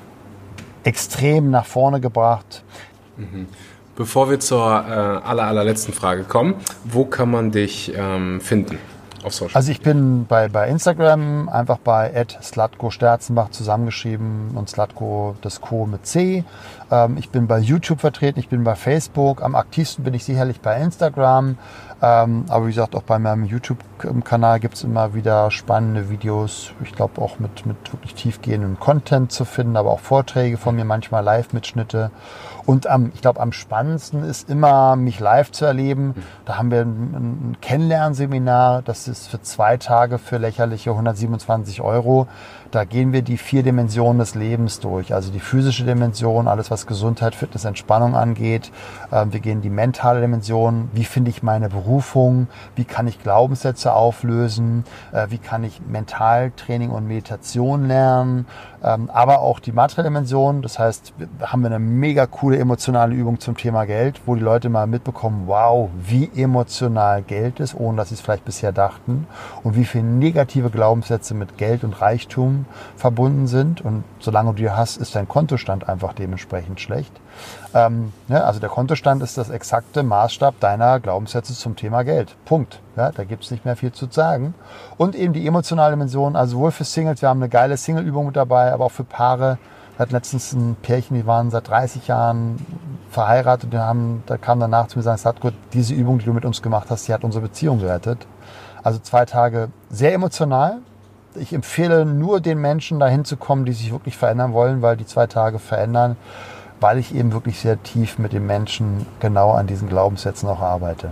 extrem nach vorne gebracht. Mhm. Bevor wir zur äh, aller, allerletzten Frage kommen, wo kann man dich ähm, finden? Auf Social also ich bin bei, bei Instagram einfach bei at Zlatko Sterzenbach zusammengeschrieben und Zlatko das Co mit C. Ähm, ich bin bei YouTube vertreten, ich bin bei Facebook. Am aktivsten bin ich sicherlich bei Instagram. Ähm, aber wie gesagt, auch bei meinem YouTube-Kanal gibt es immer wieder spannende Videos. Ich glaube auch mit, mit wirklich tiefgehendem Content zu finden, aber auch Vorträge von mir, manchmal Live-Mitschnitte. Und am, ich glaube, am spannendsten ist immer, mich live zu erleben. Da haben wir ein, ein Kennenlernseminar, das ist für zwei Tage für lächerliche hundertsiebenundzwanzig Euro. Da gehen wir die vier Dimensionen des Lebens durch. Also die physische Dimension, alles was Gesundheit, Fitness, Entspannung angeht. Wir gehen die mentale Dimension. Wie finde ich meine Berufung? Wie kann ich Glaubenssätze auflösen? Wie kann ich Mentaltraining und Meditation lernen? Aber auch die materielle Dimension. Das heißt, haben wir eine mega coole emotionale Übung zum Thema Geld, wo die Leute mal mitbekommen, wow, wie emotional Geld ist, ohne dass sie es vielleicht bisher dachten. Und wie viele negative Glaubenssätze mit Geld und Reichtum verbunden sind. Und solange du die hast, ist dein Kontostand einfach dementsprechend schlecht. Ähm, ne, also der Kontostand ist das exakte Maßstab deiner Glaubenssätze zum Thema Geld. Punkt. Ja, da gibt es nicht mehr viel zu sagen. Und eben die emotionale Dimension, also sowohl für Singles, wir haben eine geile Single-Übung mit dabei, aber auch für Paare. Wir hatten letztens ein Pärchen, die waren seit dreißig Jahren verheiratet. Die haben, da kam danach zu mir und gesagt, diese Übung, die du mit uns gemacht hast, die hat unsere Beziehung gerettet. Also zwei Tage sehr emotional. Ich empfehle nur den Menschen, dahin zu kommen, die sich wirklich verändern wollen, weil die zwei Tage verändern, weil ich eben wirklich sehr tief mit den Menschen genau an diesen Glaubenssätzen auch arbeite.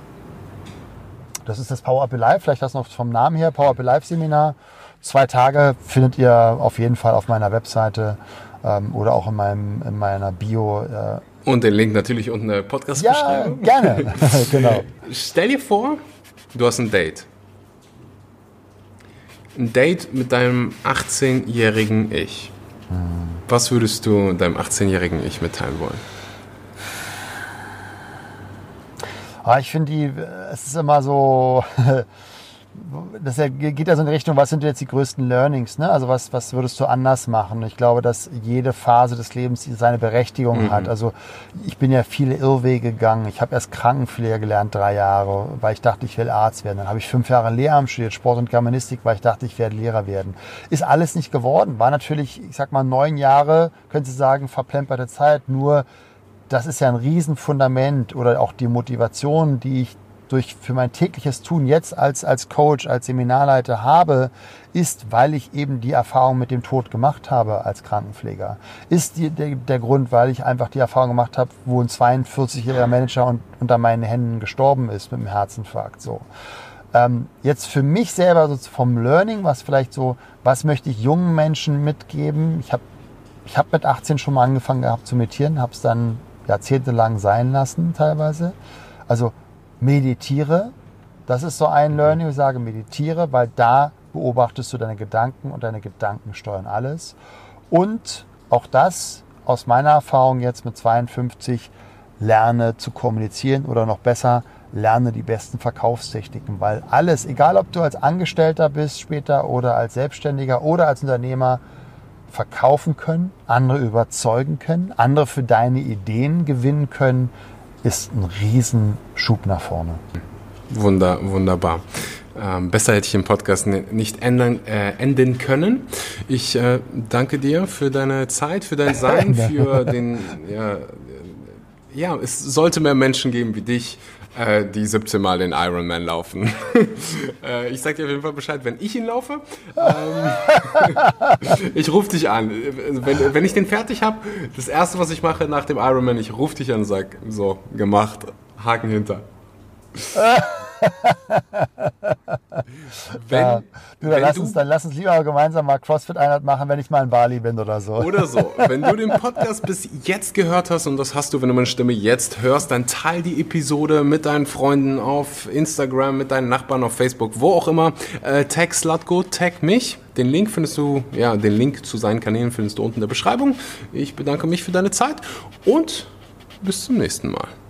Das ist das Power Up Your Life, vielleicht das noch vom Namen her, Power Up Your Life Seminar. Zwei Tage findet ihr auf jeden Fall auf meiner Webseite ähm, oder auch in, meinem, in meiner Bio. Äh. Und den Link natürlich unten in der Podcast-Beschreibung. Ja, gerne. Genau. Stell dir vor, du hast ein Date. Ein Date mit deinem achtzehnjährigen Ich. Hm. Was würdest du deinem achtzehnjährigen Ich mitteilen wollen? Ah, ich finde, die, es ist immer so, das geht ja so in die Richtung, was sind jetzt die größten Learnings, ne? Also was, was würdest du anders machen? Ich glaube, dass jede Phase des Lebens seine Berechtigung mhm. hat. Also ich bin ja viele Irrwege gegangen. Ich habe erst Krankenpfleger gelernt, drei Jahre, weil ich dachte, ich will Arzt werden. Dann habe ich fünf Jahre Lehramt studiert, Sport und Germanistik, weil ich dachte, ich werde Lehrer werden. Ist alles nicht geworden. War natürlich, ich sag mal, neun Jahre, können Sie sagen, verplemperte Zeit. Nur das ist ja ein Riesenfundament oder auch die Motivation, die ich durch für mein tägliches Tun jetzt als, als Coach, als Seminarleiter habe, ist, weil ich eben die Erfahrung mit dem Tod gemacht habe als Krankenpfleger. Ist die, der, der Grund, weil ich einfach die Erfahrung gemacht habe, wo ein zweiundvierzigjähriger Manager un, unter meinen Händen gestorben ist mit einem Herzinfarkt. So. Ähm, jetzt für mich selber so vom Learning, was vielleicht so, was möchte ich jungen Menschen mitgeben? Ich habe ich hab mit achtzehn schon mal angefangen gehabt zu meditieren, habe es dann jahrzehntelang sein lassen teilweise. Also meditiere, das ist so ein Learning, ich sage meditiere, weil da beobachtest du deine Gedanken und deine Gedanken steuern alles. Und auch das, aus meiner Erfahrung jetzt mit zweiundfünfzig, lerne zu kommunizieren oder noch besser, lerne die besten Verkaufstechniken, weil alles, egal ob du als Angestellter bist später oder als Selbstständiger oder als Unternehmer, verkaufen können, andere überzeugen können, andere für deine Ideen gewinnen können, ist ein Riesenschub nach vorne. Wunder, wunderbar. Ähm, besser hätte ich den Podcast nicht ändern, äh, enden können. Ich äh, danke dir für deine Zeit, für dein Sein, für den, ja, ja, es sollte mehr Menschen geben wie dich, äh, die siebzehn Mal den Ironman laufen. äh, ich sag dir auf jeden Fall Bescheid, wenn ich ihn laufe. Ähm, ich rufe dich an. Wenn, wenn ich den fertig habe, das Erste, was ich mache nach dem Ironman, ich rufe dich an und sag, so, gemacht, Haken hinter. wenn, ja. du, dann, lass du, uns, dann lass uns lieber gemeinsam mal CrossFit-Einheit machen, wenn ich mal in Bali bin oder so. Oder so. Wenn du den Podcast bis jetzt gehört hast, und das hast du, wenn du meine Stimme jetzt hörst, dann teil die Episode mit deinen Freunden auf Instagram, mit deinen Nachbarn auf Facebook, wo auch immer. Äh, tag Zlatko, tag mich. Den Link findest du, ja, den Link zu seinen Kanälen findest du unten in der Beschreibung. Ich bedanke mich für deine Zeit und bis zum nächsten Mal.